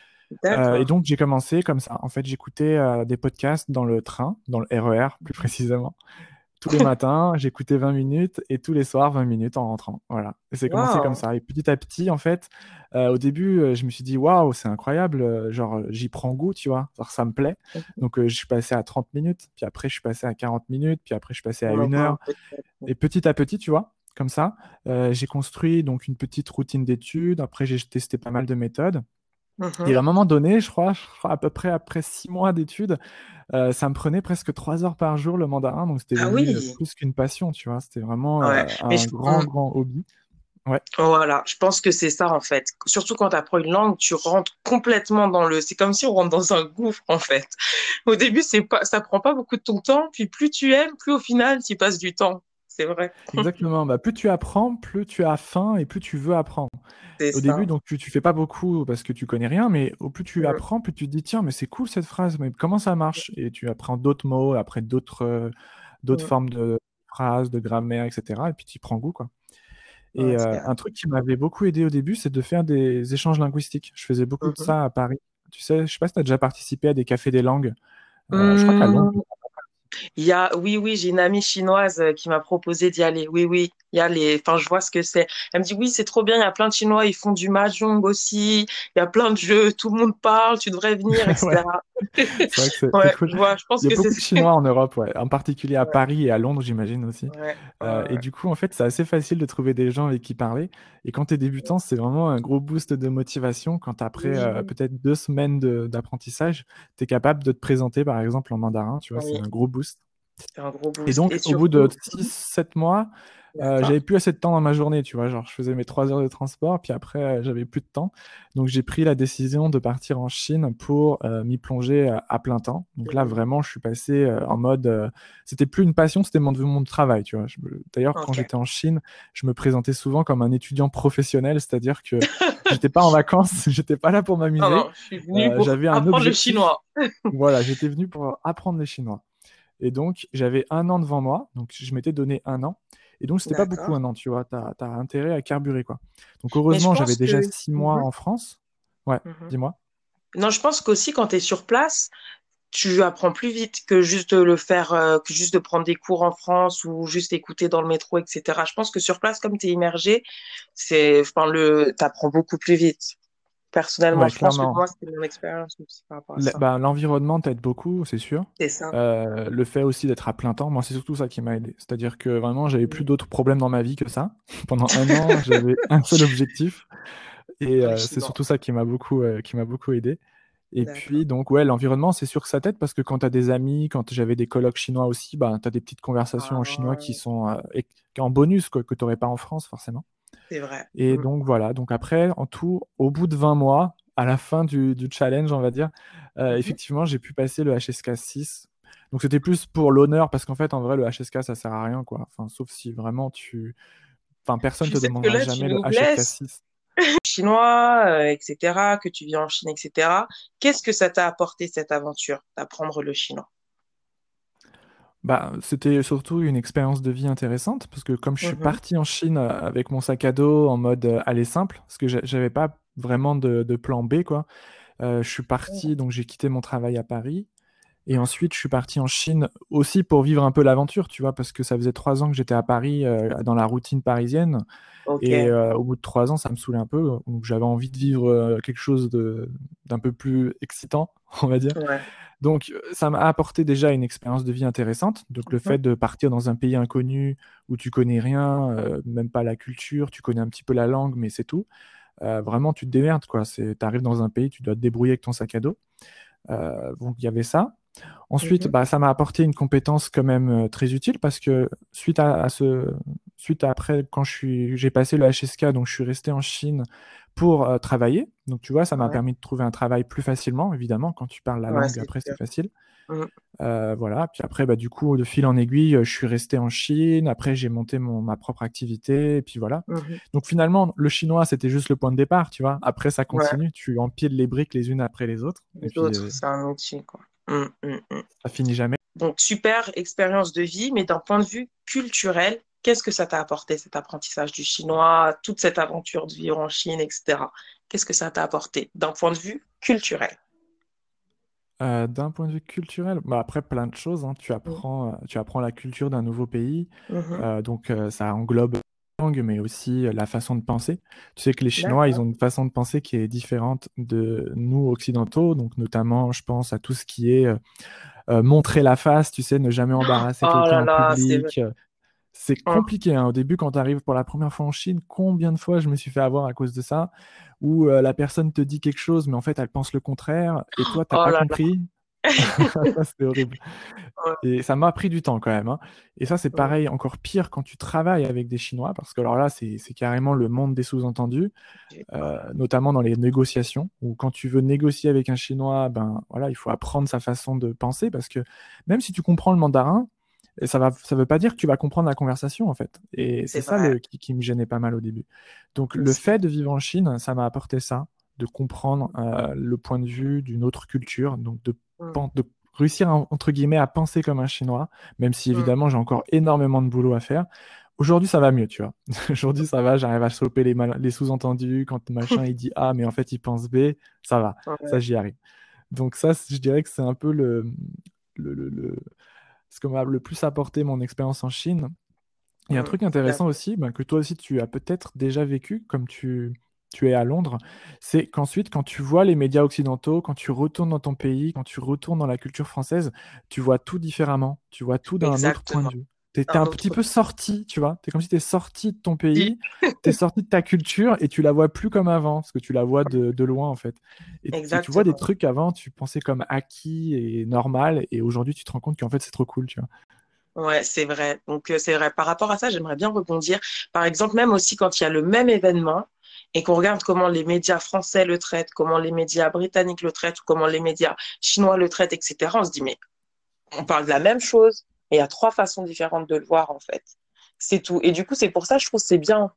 Euh, et D'accord. donc, j'ai commencé comme ça. En fait, j'écoutais euh, des podcasts dans le train, dans le R E R plus précisément. Tous les matins, j'écoutais vingt minutes et tous les soirs vingt minutes en rentrant. Voilà. Et c'est commencé comme Wow. ça. Et petit à petit, en fait, euh, au début, euh, je me suis dit, waouh, c'est incroyable. euh, Genre, euh, j'y prends goût, tu vois. Genre, ça me plaît. Donc, euh, je suis passé à trente minutes. Puis après, je suis passé à quarante minutes. Puis après, je suis passé à On en une voit un heure. peu de tête. Et petit à petit, tu vois, comme ça, euh, j'ai construit donc une petite routine d'études. Après, j'ai testé pas mal de méthodes. Et à Mhm. un moment donné, je crois, je crois à peu près après six mois d'études, euh, ça me prenait presque trois heures par jour le mandarin, donc c'était Ah devenu euh, oui. plus qu'une passion, tu vois. C'était vraiment Ouais. euh, Mais un je, grand, mm, grand hobby. Ouais, voilà, je pense que c'est ça en fait. Surtout quand tu apprends une langue, tu rentres complètement dans le. C'est comme si on rentre dans un gouffre en fait. Au début, c'est pas, ça prend pas beaucoup de ton temps, puis plus tu aimes, plus au final, tu y passes du temps. C'est vrai. exactement. Bah, plus tu apprends, plus tu as faim et plus tu veux apprendre. C'est Au début, ça. donc tu, tu fais pas beaucoup parce que tu connais rien, mais au plus tu Mm. apprends, plus tu te dis, tiens, mais c'est cool cette phrase, mais comment ça marche? Et tu apprends d'autres mots, après d'autres euh, d'autres Mm. formes de phrases, de grammaire, et cetera. Et puis tu y prends goût, quoi. Et Ouais, c'est euh, vrai. un truc qui m'avait beaucoup aidé au début, c'est de faire des échanges linguistiques. Je faisais beaucoup de Mhm. ça à Paris. Tu sais, je sais pas si tu as déjà participé à des cafés des langues. Euh, je crois qu'à Londres. Mm. Il y a, oui, oui, j'ai une amie chinoise euh, qui m'a proposé d'y aller. Oui, oui, il y a les, enfin, je vois ce que c'est. Elle me dit, oui, c'est trop bien, il y a plein de Chinois, ils font du mahjong aussi, il y a plein de jeux, tout le monde parle, tu devrais venir, Ouais, et cetera. c'est vrai que c'est c'est Ouais, cool. je vois, je pense Il y a que c'est beaucoup de ça. Chinois en Europe, ouais, en particulier à Ouais, Paris et à Londres, j'imagine aussi. ouais, Euh, et ouais. du coup, en fait, c'est assez facile de trouver des gens avec qui parler. Et quand tu es débutant, c'est vraiment un gros boost de motivation quand après euh, Oui, peut-être deux semaines de- d'apprentissage, tu es capable de te présenter, par exemple, en mandarin. Tu vois, c'est oui, un gros boost. c'est un gros Et boost. Et donc, au bout de surtout, six sept mois, Euh, D'accord. j'avais plus assez de temps dans ma journée, tu vois. Genre, je faisais mes trois heures de transport, puis après, euh, j'avais plus de temps. Donc, j'ai pris la décision de partir en Chine pour euh, m'y plonger euh, à plein temps. Donc là, Mhm. vraiment, je suis passé euh, en mode. euh, C'était plus une passion, c'était mon, mon travail, tu vois. Je me- D'ailleurs, quand Ok. j'étais en Chine, je me présentais souvent comme un étudiant professionnel, c'est-à-dire que j'étais pas en vacances, j'étais pas là pour Non, m'amuser. non, je suis venue Euh, pour j'avais un apprendre le objectif. chinois. Voilà, j'étais venu pour apprendre les Chinois. Et donc, j'avais un an devant moi. Donc, je m'étais donné un an. Et donc, c'était pas beaucoup D'accord. un an, tu vois. Tu as intérêt à carburer, quoi. Donc, Mais je heureusement, j'avais pense déjà que... six mois Mhm, en France. Ouais, mhm. dis-moi. Non, je pense qu'aussi quand tu es sur place, tu apprends plus vite que juste de le faire, euh, que juste de prendre des cours en France ou juste écouter dans le métro, et cetera. Je pense que sur place, comme tu es immergé, c'est, enfin, le, t'apprends beaucoup plus vite. Personnellement, Ouais, je pense que clairement. moi, c'était mon expérience aussi par rapport à Le- ça. bah, l'environnement t'aide beaucoup, c'est sûr. C'est ça. Euh, le fait aussi d'être à plein temps, moi, c'est surtout ça qui m'a aidé. C'est-à-dire que vraiment, j'avais plus Mm. d'autres problèmes dans ma vie que ça. Pendant un an, j'avais un seul objectif. Et Pour les euh, c'est Chinois. surtout ça qui m'a beaucoup, euh, qui m'a beaucoup aidé. Et D'accord. puis, donc, ouais, l'environnement, c'est sûr que ça t'aide parce que quand tu as des amis, quand j'avais des colocs chinois aussi, bah, tu as des petites conversations en chinois qui Ah, sont euh, et- en bonus, quoi, que tu n'aurais pas en France, forcément. c'est vrai. Et Mm. donc, voilà. Donc, après, en tout, au bout de vingt mois, à la fin du, du challenge, on va dire, euh, Mhm. effectivement, j'ai pu passer le H S K six. Donc, c'était plus pour l'honneur parce qu'en fait, en vrai, le H S K, ça sert à rien, quoi. Enfin, sauf si vraiment tu. Enfin, personne Je te sais que demandera là, tu jamais le nous H S K blesses. six. Chinois, euh, et cetera, que tu vis en Chine, et cetera. Qu'est-ce que ça t'a apporté, cette aventure, d'apprendre le chinois? Bah, c'était surtout une expérience de vie intéressante parce que comme je suis Mhm. parti en Chine euh, avec mon sac à dos en mode euh, aller simple, parce que j'a- j'avais pas vraiment de, de plan B, quoi. Euh, je suis parti, donc j'ai quitté mon travail à Paris et ensuite je suis parti en Chine aussi pour vivre un peu l'aventure, tu vois, parce que ça faisait trois ans que j'étais à Paris euh, dans la routine parisienne Ok, et euh, au bout de trois ans ça me saoulait un peu, donc j'avais envie de vivre euh, quelque chose de d'un peu plus excitant, on va dire. ouais. Donc, euh, ça m'a apporté déjà une expérience de vie intéressante. Donc, le fait Mhm. de partir dans un pays inconnu où tu connais rien, euh, même pas la culture, tu connais un petit peu la langue, mais c'est tout. Euh, vraiment, tu te démerdes, quoi. C'est, t'arrives dans un pays, tu dois te débrouiller avec ton sac à dos. Euh, donc, il y avait ça. Ensuite, Mhm. bah, ça m'a apporté une compétence quand même euh, très utile parce que suite à, à ce, suite à après, quand je suis, j'ai passé le H S K, donc je suis resté en Chine pour euh, travailler. Donc, tu vois, ça m'a Ouais, permis de trouver un travail plus facilement, évidemment. Quand tu parles la ouais, langue, c'est après, c'est sûr. facile. Mhm. Euh, voilà. Puis après, bah, du coup, de fil en aiguille, euh, je suis resté en Chine. Après, j'ai monté mon, ma propre activité. Et puis voilà. Mhm. Donc finalement, le chinois, c'était juste le point de départ, tu vois. Après, ça Ouais, continue. Tu empiles les briques les unes après les autres. Et les puis, autres, euh, c'est un outil, quoi. Mhm, mhm, mhm. ça finit jamais. Donc, super expérience de vie, mais d'un point de vue culturel, qu'est-ce que ça t'a apporté, cet apprentissage du chinois, toute cette aventure de vivre en Chine, et cetera. Qu'est-ce que ça t'a apporté d'un point de vue culturel? Euh, d'un point de vue culturel, bah après plein de choses, hein. Tu Mhm, apprends, euh, tu apprends la culture d'un nouveau pays. mhm. Euh, donc euh, ça englobe la langue, mais aussi euh, la façon de penser. Tu sais que les Chinois, ils D'accord. ont une façon de penser qui est différente de nous occidentaux. Donc notamment, je pense à tout ce qui est euh, euh, montrer la face, tu sais, ne jamais embarrasser Oh quelqu'un là en là, c'est vrai. public. Euh, C'est Hum. compliqué, hein. Au début, quand tu arrives pour la première fois en Chine, combien de fois je me suis fait avoir à cause de ça, où euh, la personne te dit quelque chose, mais en fait, elle pense le contraire, et toi, t'as Oh pas là là. compris. Ça, c'est horrible. Ouais. Et ça m'a pris du temps quand même, hein. Et ça, c'est Hum. pareil, encore pire quand tu travailles avec des Chinois, parce que alors là, c'est c'est carrément le monde des sous-entendus, euh, notamment dans les négociations, où quand tu veux négocier avec un Chinois, ben voilà, il faut apprendre sa façon de penser, parce que même si tu comprends le mandarin, et ça va, ça veut pas dire que tu vas comprendre la conversation, en fait. Et C'est c'est ça vrai le, qui, qui me gênait pas mal au début. Donc, le aussi. fait de vivre en Chine, ça m'a apporté ça, de comprendre euh, le point de vue d'une autre culture, donc de, Hum, pen- de réussir, à- entre guillemets, à penser comme un Chinois, même si hum. évidemment j'ai encore énormément de boulot à faire. Aujourd'hui, ça va mieux, tu vois. Aujourd'hui, ça va, j'arrive à choper les, mal- les sous-entendus quand machin il dit A, mais en fait il pense B, ça va, ça Ouais. j'y arrive. Donc ça, c- je dirais que c'est un peu le, le, le, le- ce que m'a le plus apporté mon expérience en Chine. Il y a un Hum. truc intéressant aussi, ben, que toi aussi tu as peut-être déjà vécu, comme tu, tu es à Londres, c'est qu'ensuite, quand tu vois les médias occidentaux, quand tu retournes dans ton pays, quand tu retournes dans la culture française, tu vois tout différemment, tu vois tout d'un autre point de Exactement. vue. Tu es, un Un petit autre peu sorti, tu vois. C'est comme si tu es sorti de ton outil. pays, tu es sorti de ta culture et tu la vois plus comme avant, parce que tu la vois de, de loin en fait. Et, et tu vois des Exactement. trucs avant, tu pensais comme acquis et normal, et aujourd'hui tu te rends compte qu'en fait c'est trop cool, tu vois. Ouais, c'est vrai. Donc, euh, c'est vrai. Par rapport à ça, j'aimerais bien rebondir. Par exemple, même aussi quand il y a le même événement et qu'on regarde comment les médias français le traitent, comment les médias britanniques le traitent, ou comment les médias chinois le traitent, et cetera, on se dit, mais on parle de la même chose et il y a trois façons différentes de le voir, en fait. C'est tout. Et du coup, c'est pour ça, je trouve que c'est bien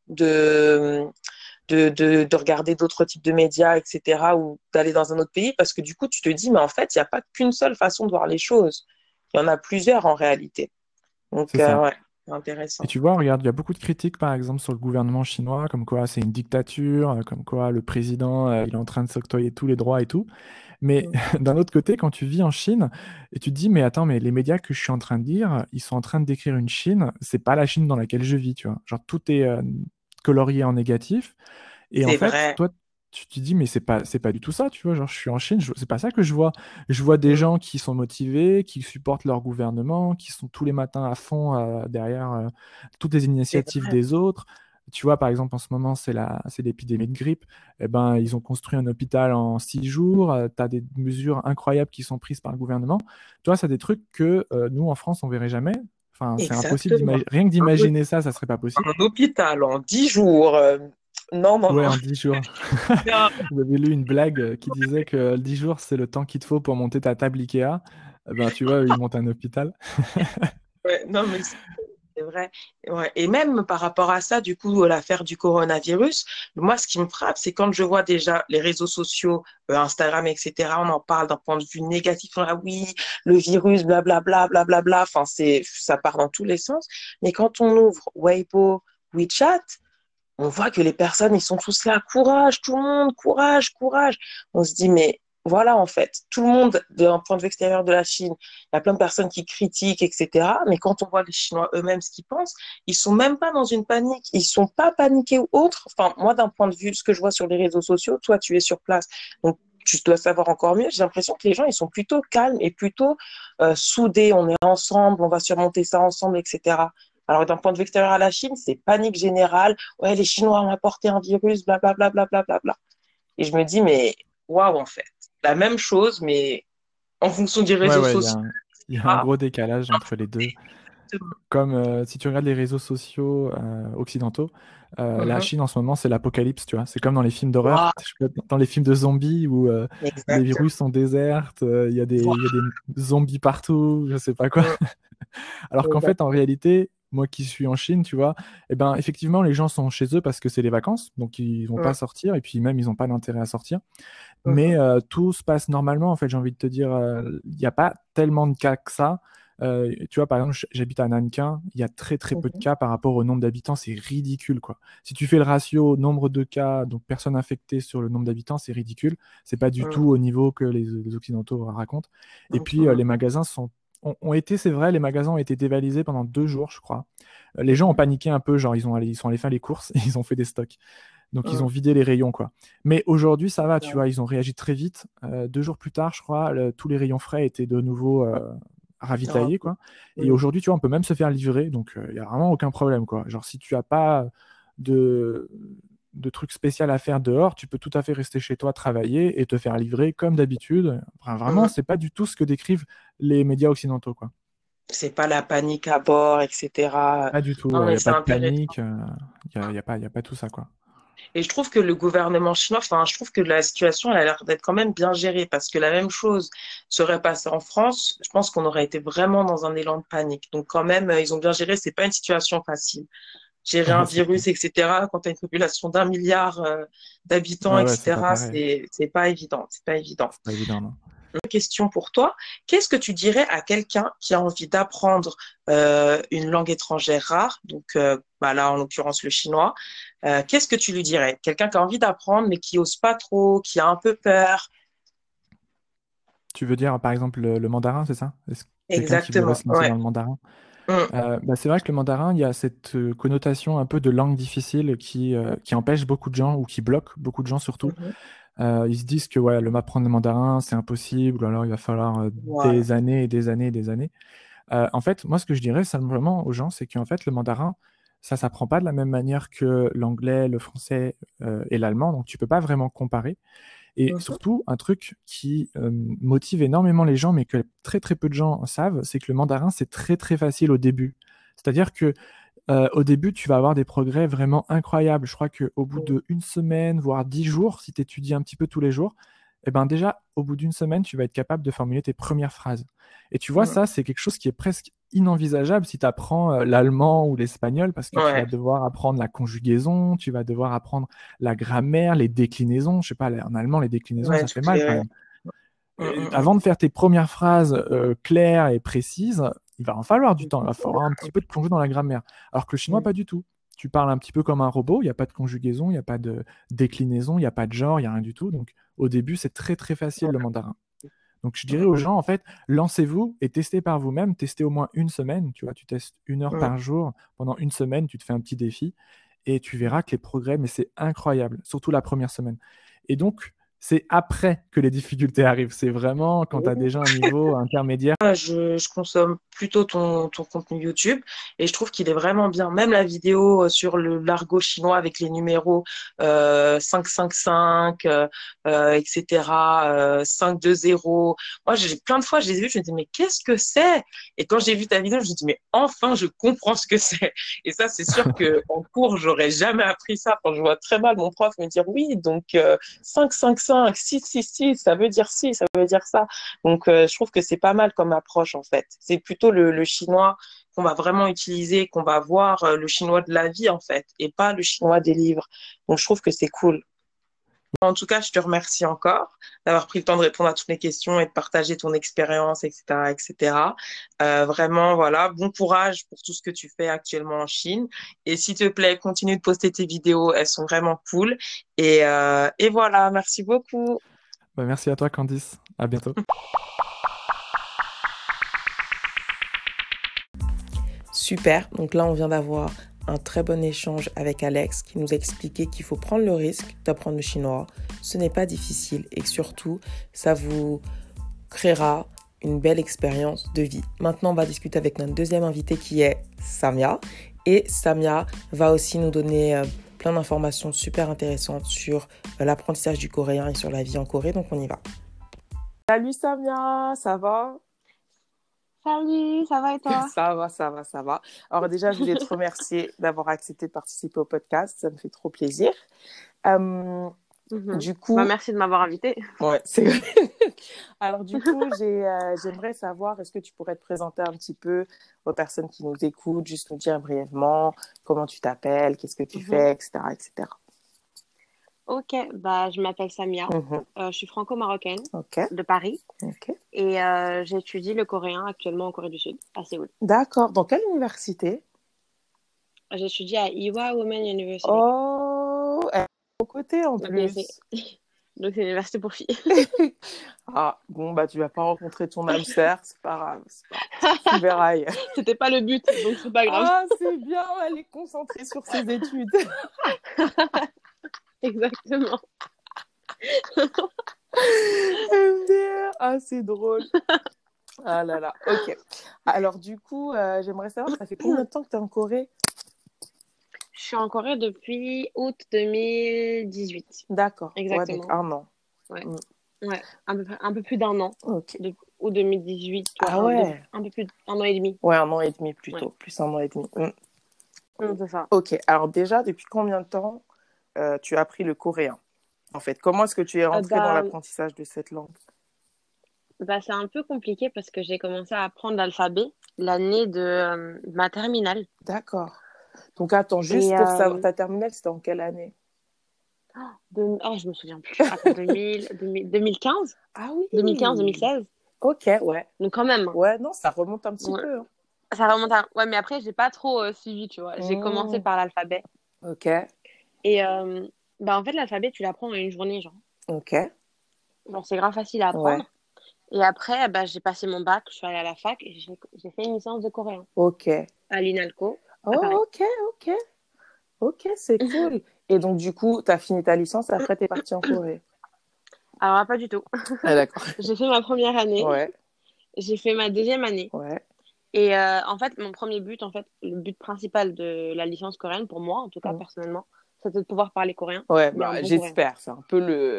de, de, de, de regarder d'autres types de médias, et cetera, ou d'aller dans un autre pays, parce que du coup, tu te dis, mais en fait, il n'y a pas qu'une seule façon de voir les choses. Il y en a plusieurs en réalité. Donc, C'est euh, ça. ouais, c'est Et intéressant. tu vois, regarde, il y a beaucoup de critiques, par exemple, sur le gouvernement chinois, comme quoi c'est une dictature, euh, comme quoi le président, euh, il est en train de s'octroyer tous les droits et tout. Mais Mm. d'un autre côté, quand tu vis en Chine, et tu te dis, mais attends, mais les médias que je suis en train de lire, ils sont en train de décrire une Chine, c'est pas la Chine dans laquelle je vis, tu vois. Genre, tout est euh, colorié en négatif. Et en C'est fait, vrai. toi, tu te dis, mais c'est pas, c'est pas du tout ça, tu vois. Genre, je suis en Chine, je- c'est pas ça que je vois. Je vois des Mm. gens qui sont motivés, qui supportent leur gouvernement, qui sont tous les matins à fond euh, derrière euh, toutes les C'est initiatives vrai. des autres. Tu vois, par exemple, en ce moment, c'est la, c'est l'épidémie de grippe. Eh ben, ils ont construit un hôpital en six jours. Tu as des mesures incroyables qui sont prises par le gouvernement. Tu vois, c'est des trucs que euh, nous, en France, on verrait jamais. Enfin, c'est impossible Exactement. d'imaginer. Rien que Un, hô- d'imaginer ça, ça serait pas possible. un hôpital en dix jours. euh, Non, non, Ouais, non. en dix jours. Bien. J'avais lu une blague euh, qui disait que dix jours, c'est le temps qu'il te faut pour monter ta table Ikea. Eh ben, tu vois, ils montent un hôpital. Ouais, non, mais c'est vrai. Ouais. Et même par rapport à ça, du coup, l'affaire du coronavirus, moi, ce qui me frappe, c'est quand je vois déjà les réseaux sociaux, euh, Instagram, et cetera, on en parle d'un point de vue négatif. Ah oui, le virus, blablabla, blablabla. Enfin, c'est, ça part dans tous les sens. Mais quand on ouvre Weibo, WeChat, on voit que les personnes, ils sont tous là, courage, tout le monde, courage, courage. On se dit, mais voilà, en fait, tout le monde, d'un point de vue extérieur de la Chine, il y a plein de personnes qui critiquent, et cetera. Mais quand on voit les Chinois eux-mêmes ce qu'ils pensent, ils sont même pas dans une panique, ils sont pas paniqués ou autre. Enfin, moi, d'un point de vue, ce que je vois sur les réseaux sociaux, toi, tu es sur place, donc tu dois savoir encore mieux. J'ai l'impression que les gens, ils sont plutôt calmes et plutôt euh, soudés. On est ensemble, on va surmonter ça ensemble, et cetera. Alors, d'un point de vue extérieur à la Chine, c'est panique générale. Ouais, les Chinois ont apporté un virus, blablabla, blablabla. Bla, bla, bla. Et je me dis, mais waouh, en fait. La même chose, mais en fonction des Ouais, réseaux ouais, il y a sociaux, un, il y a un et cetera. gros décalage entre les deux. Comme euh, si tu regardes les réseaux sociaux euh, occidentaux, euh, la Mhm. Chine en ce moment, c'est l'apocalypse, tu vois. C'est comme dans les films d'horreur, Waouh, je sais pas, dans les films de zombies où euh, les exactement. rues sont désertes, euh, il y a des, il y a Waouh, des zombies partout, je sais pas quoi. Alors qu'en fait, en exactement. réalité, moi qui suis en Chine, tu vois, eh ben, effectivement, les gens sont chez eux parce que c'est les vacances, donc ils vont pas Mhm. sortir, et puis même, ils n'ont pas d'intérêt à sortir. Mais Mhm. euh, tout se passe normalement, en fait, j'ai envie de te dire, euh, il n'y a pas tellement de cas que ça. Euh, tu vois, par exemple, j- j'habite à Nankin, il y a très très peu de Mhm. cas par rapport au nombre d'habitants, c'est ridicule, quoi. Si tu fais le ratio nombre de cas, donc personnes infectées sur le nombre d'habitants, c'est ridicule. C'est pas du tout Mhm. au niveau que les, les Occidentaux racontent. Et puis, euh, Mhm. les magasins sont, ont, ont été, c'est vrai, les magasins ont été dévalisés pendant deux jours, je crois. Euh, les gens ont Mhm. paniqué un peu, genre ils, ont allé- ils sont allés faire les courses et ils ont fait des stocks. Donc, ils ont Mhm. vidé les rayons, quoi. Mais aujourd'hui, ça va, tu Mhm. vois, ils ont réagi très vite. Euh, deux jours plus tard, je crois, le- tous les rayons frais étaient de nouveau euh, Ah, ravitaillés, ok. quoi. Et Mhm. aujourd'hui, tu vois, on peut même se faire livrer, donc il n'y a vraiment aucun problème, quoi. Genre, si tu n'as pas de, de trucs spéciaux à faire dehors, tu peux tout à fait rester chez toi, travailler et te faire livrer comme d'habitude. Enfin, vraiment, Mhm. c'est pas du tout ce que décrivent les médias occidentaux, quoi. C'est pas la panique à bord, et cetera. Pas du tout, Non, il n'y mais a c'est pas de intéressant. panique, il n'y a, y a pas, y a pas tout ça, quoi. Et je trouve que le gouvernement chinois, enfin, je trouve que la situation, elle a l'air d'être quand même bien gérée parce que la même chose serait passée en France. Je pense qu'on aurait été vraiment dans un élan de panique. Donc, quand même, euh, ils ont bien géré. C'est pas une situation facile. Gérer un C'est clair. virus, et cetera, quand tu as une population d'un milliard euh, d'habitants, Ouais, ouais, c'est pas et cetera, pareil. c'est, c'est pas évident. C'est pas évident. C'est pas évident, non. Question pour toi. Qu'est-ce que tu dirais à quelqu'un qui a envie d'apprendre euh, une langue étrangère rare, donc euh, bah là en l'occurrence le chinois, euh, qu'est-ce que tu lui dirais? Quelqu'un qui a envie d'apprendre mais qui ose pas trop, qui a un peu peur. Tu veux dire, par exemple, le, le mandarin, c'est ça? Est-ce quelqu'un qui voudrait Exactement, se lancer ouais. dans le mandarin? Mm, Euh, bah, c'est vrai que le mandarin, il y a cette euh, connotation un peu de langue difficile qui, euh, qui empêche beaucoup de gens, ou qui bloque beaucoup de gens surtout. mhm. Euh, ils se disent que ouais, le m'apprendre le mandarin, c'est impossible, ou alors il va falloir euh, Voilà. des années et des années et des années. Euh, en fait, moi, ce que je dirais simplement aux gens, c'est qu'en fait, le mandarin, ça s'apprend pas de la même manière que l'anglais, le français euh, et l'allemand, donc tu peux pas vraiment comparer. Et Mhm. surtout, un truc qui euh, motive énormément les gens, mais que très très peu de gens savent, c'est que le mandarin, c'est très très facile au début. C'est-à-dire que euh, au début, tu vas avoir des progrès vraiment incroyables. Je crois qu'au bout d'une semaine, voire dix jours, si tu étudies un petit peu tous les jours, eh ben déjà, au bout d'une semaine, tu vas être capable de formuler tes premières phrases. Et tu vois, Mhm. ça, c'est quelque chose qui est presque inenvisageable si tu apprends euh, l'allemand ou l'espagnol, parce que tu vas Ouais. devoir apprendre la conjugaison, tu vas devoir apprendre la grammaire, les déclinaisons. Je sais pas, en allemand, les déclinaisons, Ouais, ça fait toutes mal les... quand ouais. même. Mm, Euh, mm, avant de faire tes premières phrases euh, claires et précises, il va en falloir du temps. Il va falloir un petit peu de plongée dans la grammaire. Alors que le chinois, mm. pas du tout. Tu parles un petit peu comme un robot, il n'y a pas de conjugaison, il n'y a pas de déclinaison, il n'y a pas de genre, il n'y a rien du tout. Donc au début, c'est très très facile le mandarin. Donc je dirais aux gens, en fait, lancez-vous et testez par vous-même, testez au moins une semaine. Tu vois, tu testes une heure Mm, par jour pendant une semaine, tu te fais un petit défi et tu verras que les progrès, mais c'est incroyable, surtout la première semaine. Et donc, c'est après que les difficultés arrivent. C'est vraiment quand tu as mm. déjà un niveau intermédiaire. Je, je consomme plutôt ton, ton contenu YouTube et je trouve qu'il est vraiment bien. Même la vidéo euh, sur le l'argot chinois avec les numéros euh, cinq cinq cinq, euh, euh, et cetera, euh, cinq deux zéro. Moi, j'ai plein de fois, je les ai vus, je me dis, mais qu'est-ce que c'est? Et quand j'ai vu ta vidéo, je me dis, mais enfin, je comprends ce que c'est. Et ça, c'est sûr que en cours, j'aurais jamais appris ça. Quand je vois très mal mon prof me dire, oui, donc euh, cinq cinq cinq, six six six, ça veut dire ci, ça veut dire ça. Donc, euh, je trouve que c'est pas mal comme approche, en fait. C'est plutôt le, le chinois qu'on va vraiment utiliser, qu'on va voir euh, le chinois de la vie, en fait, et pas le chinois des livres. Donc, je trouve que c'est cool. En tout cas, je te remercie encore d'avoir pris le temps de répondre à toutes mes questions et de partager ton expérience, et cetera, et cetera. Euh, vraiment, voilà, bon courage pour tout ce que tu fais actuellement en Chine. Et s'il te plaît, continue de poster tes vidéos, elles sont vraiment cool. Et, euh, et voilà, merci beaucoup. Bah, merci à toi, Candice. À bientôt. Super, donc là on vient d'avoir un très bon échange avec Alex qui nous a expliqué qu'il faut prendre le risque d'apprendre le chinois. Ce n'est pas difficile et que surtout ça vous créera une belle expérience de vie. Maintenant on va discuter avec notre deuxième invité qui est Samia. Et Samia va aussi nous donner euh, plein d'informations super intéressantes sur euh, l'apprentissage du coréen et sur la vie en Corée. Donc on y va. Salut Samia, ça va? Salut, ça va et toi? Ça va, ça va, ça va. Alors déjà, je voulais te remercier d'avoir accepté de participer au podcast. Ça me fait trop plaisir. Euh, Mhm. du Bah, coup, merci de m'avoir invitée. ouais, c'est vrai. Alors du coup, j'ai, euh, j'aimerais savoir, est-ce que tu pourrais te présenter un petit peu aux personnes qui nous écoutent, juste nous dire brièvement comment tu t'appelles, qu'est-ce que tu Mhm. fais, et cetera, et cetera. Ok, bah, je m'appelle Samia. Mhm. Euh, je suis franco-marocaine Ok, de Paris ok. et euh, j'étudie le coréen actuellement en Corée du Sud, à Séoul. D'accord. Dans quelle université? J'étudie à Ewha Women University. Oh, elle est aux côtés en Donc, c'est plus. donc, c'est une université pour filles. Ah, bon, bah, tu vas pas rencontrer ton âme sœur, c'est pas grave, c'est pas grave. Tu verras. C'était pas le but, donc c'est pas grave. Ah, c'est bien, elle est concentrée sur ses études. Exactement. M D R, ah, c'est drôle. Ah là là, ok. Alors, du coup, euh, j'aimerais savoir, ça fait combien de temps que tu es en Corée? Je suis en Corée depuis août deux mille dix-huit. D'accord, ouais, donc Exactement. un an. Ouais, Mm. ouais. Un peu, un peu plus d'un an. Ok. De, août deux mille dix-huit. Ouais, Ah un, ouais. de- un peu plus d'un an et demi. Ouais, un an et demi plutôt, Ouais. plus un an et demi. Mm. Mm, c'est ça. Ok, alors déjà, depuis combien de temps euh, tu as appris le coréen? En fait, comment est-ce que tu es Euh, rentrée dans bah, l'apprentissage de cette langue? bah, c'est un peu compliqué parce que j'ai commencé à apprendre l'alphabet l'année de euh, ma terminale. D'accord. Donc attends, juste Et pour savoir, euh, ta terminale, c'était en quelle année? de, oh, je me souviens plus. Attends, deux mille, deux mille, deux mille quinze, Ah oui. deux mille quinze, deux mille seize. Ok, ouais. Donc quand même. Ouais, non, ça remonte un petit Ouais. peu. Hein. Ça remonte à... Ouais, mais après, j'ai pas trop euh, suivi, tu vois. J'ai commencé Mmh. par l'alphabet. Ok, Et euh, bah, en fait, l'alphabet, tu l'apprends en une journée, genre. ok, Bon, c'est grave facile à ouais, apprendre. Et après, bah, j'ai passé mon bac, je suis allée à la fac et j'ai j'ai fait une licence de coréen ok. à l'INALCO à Oh, Paris. ok, ok, ok, c'est cool. Et donc, du coup, tu as fini ta licence et après, tu es partie en Corée. Alors, là, pas du tout. Ah, d'accord. J'ai fait ma première année, Ouais, j'ai fait ma deuxième année. ouais. Et euh, en fait, mon premier but, en fait, le but principal de la licence coréenne, pour moi, en tout cas, Mmh. personnellement, c'était de pouvoir parler coréen, Ouais, mais un bah, bon coréen. j'espère. C'est un peu le,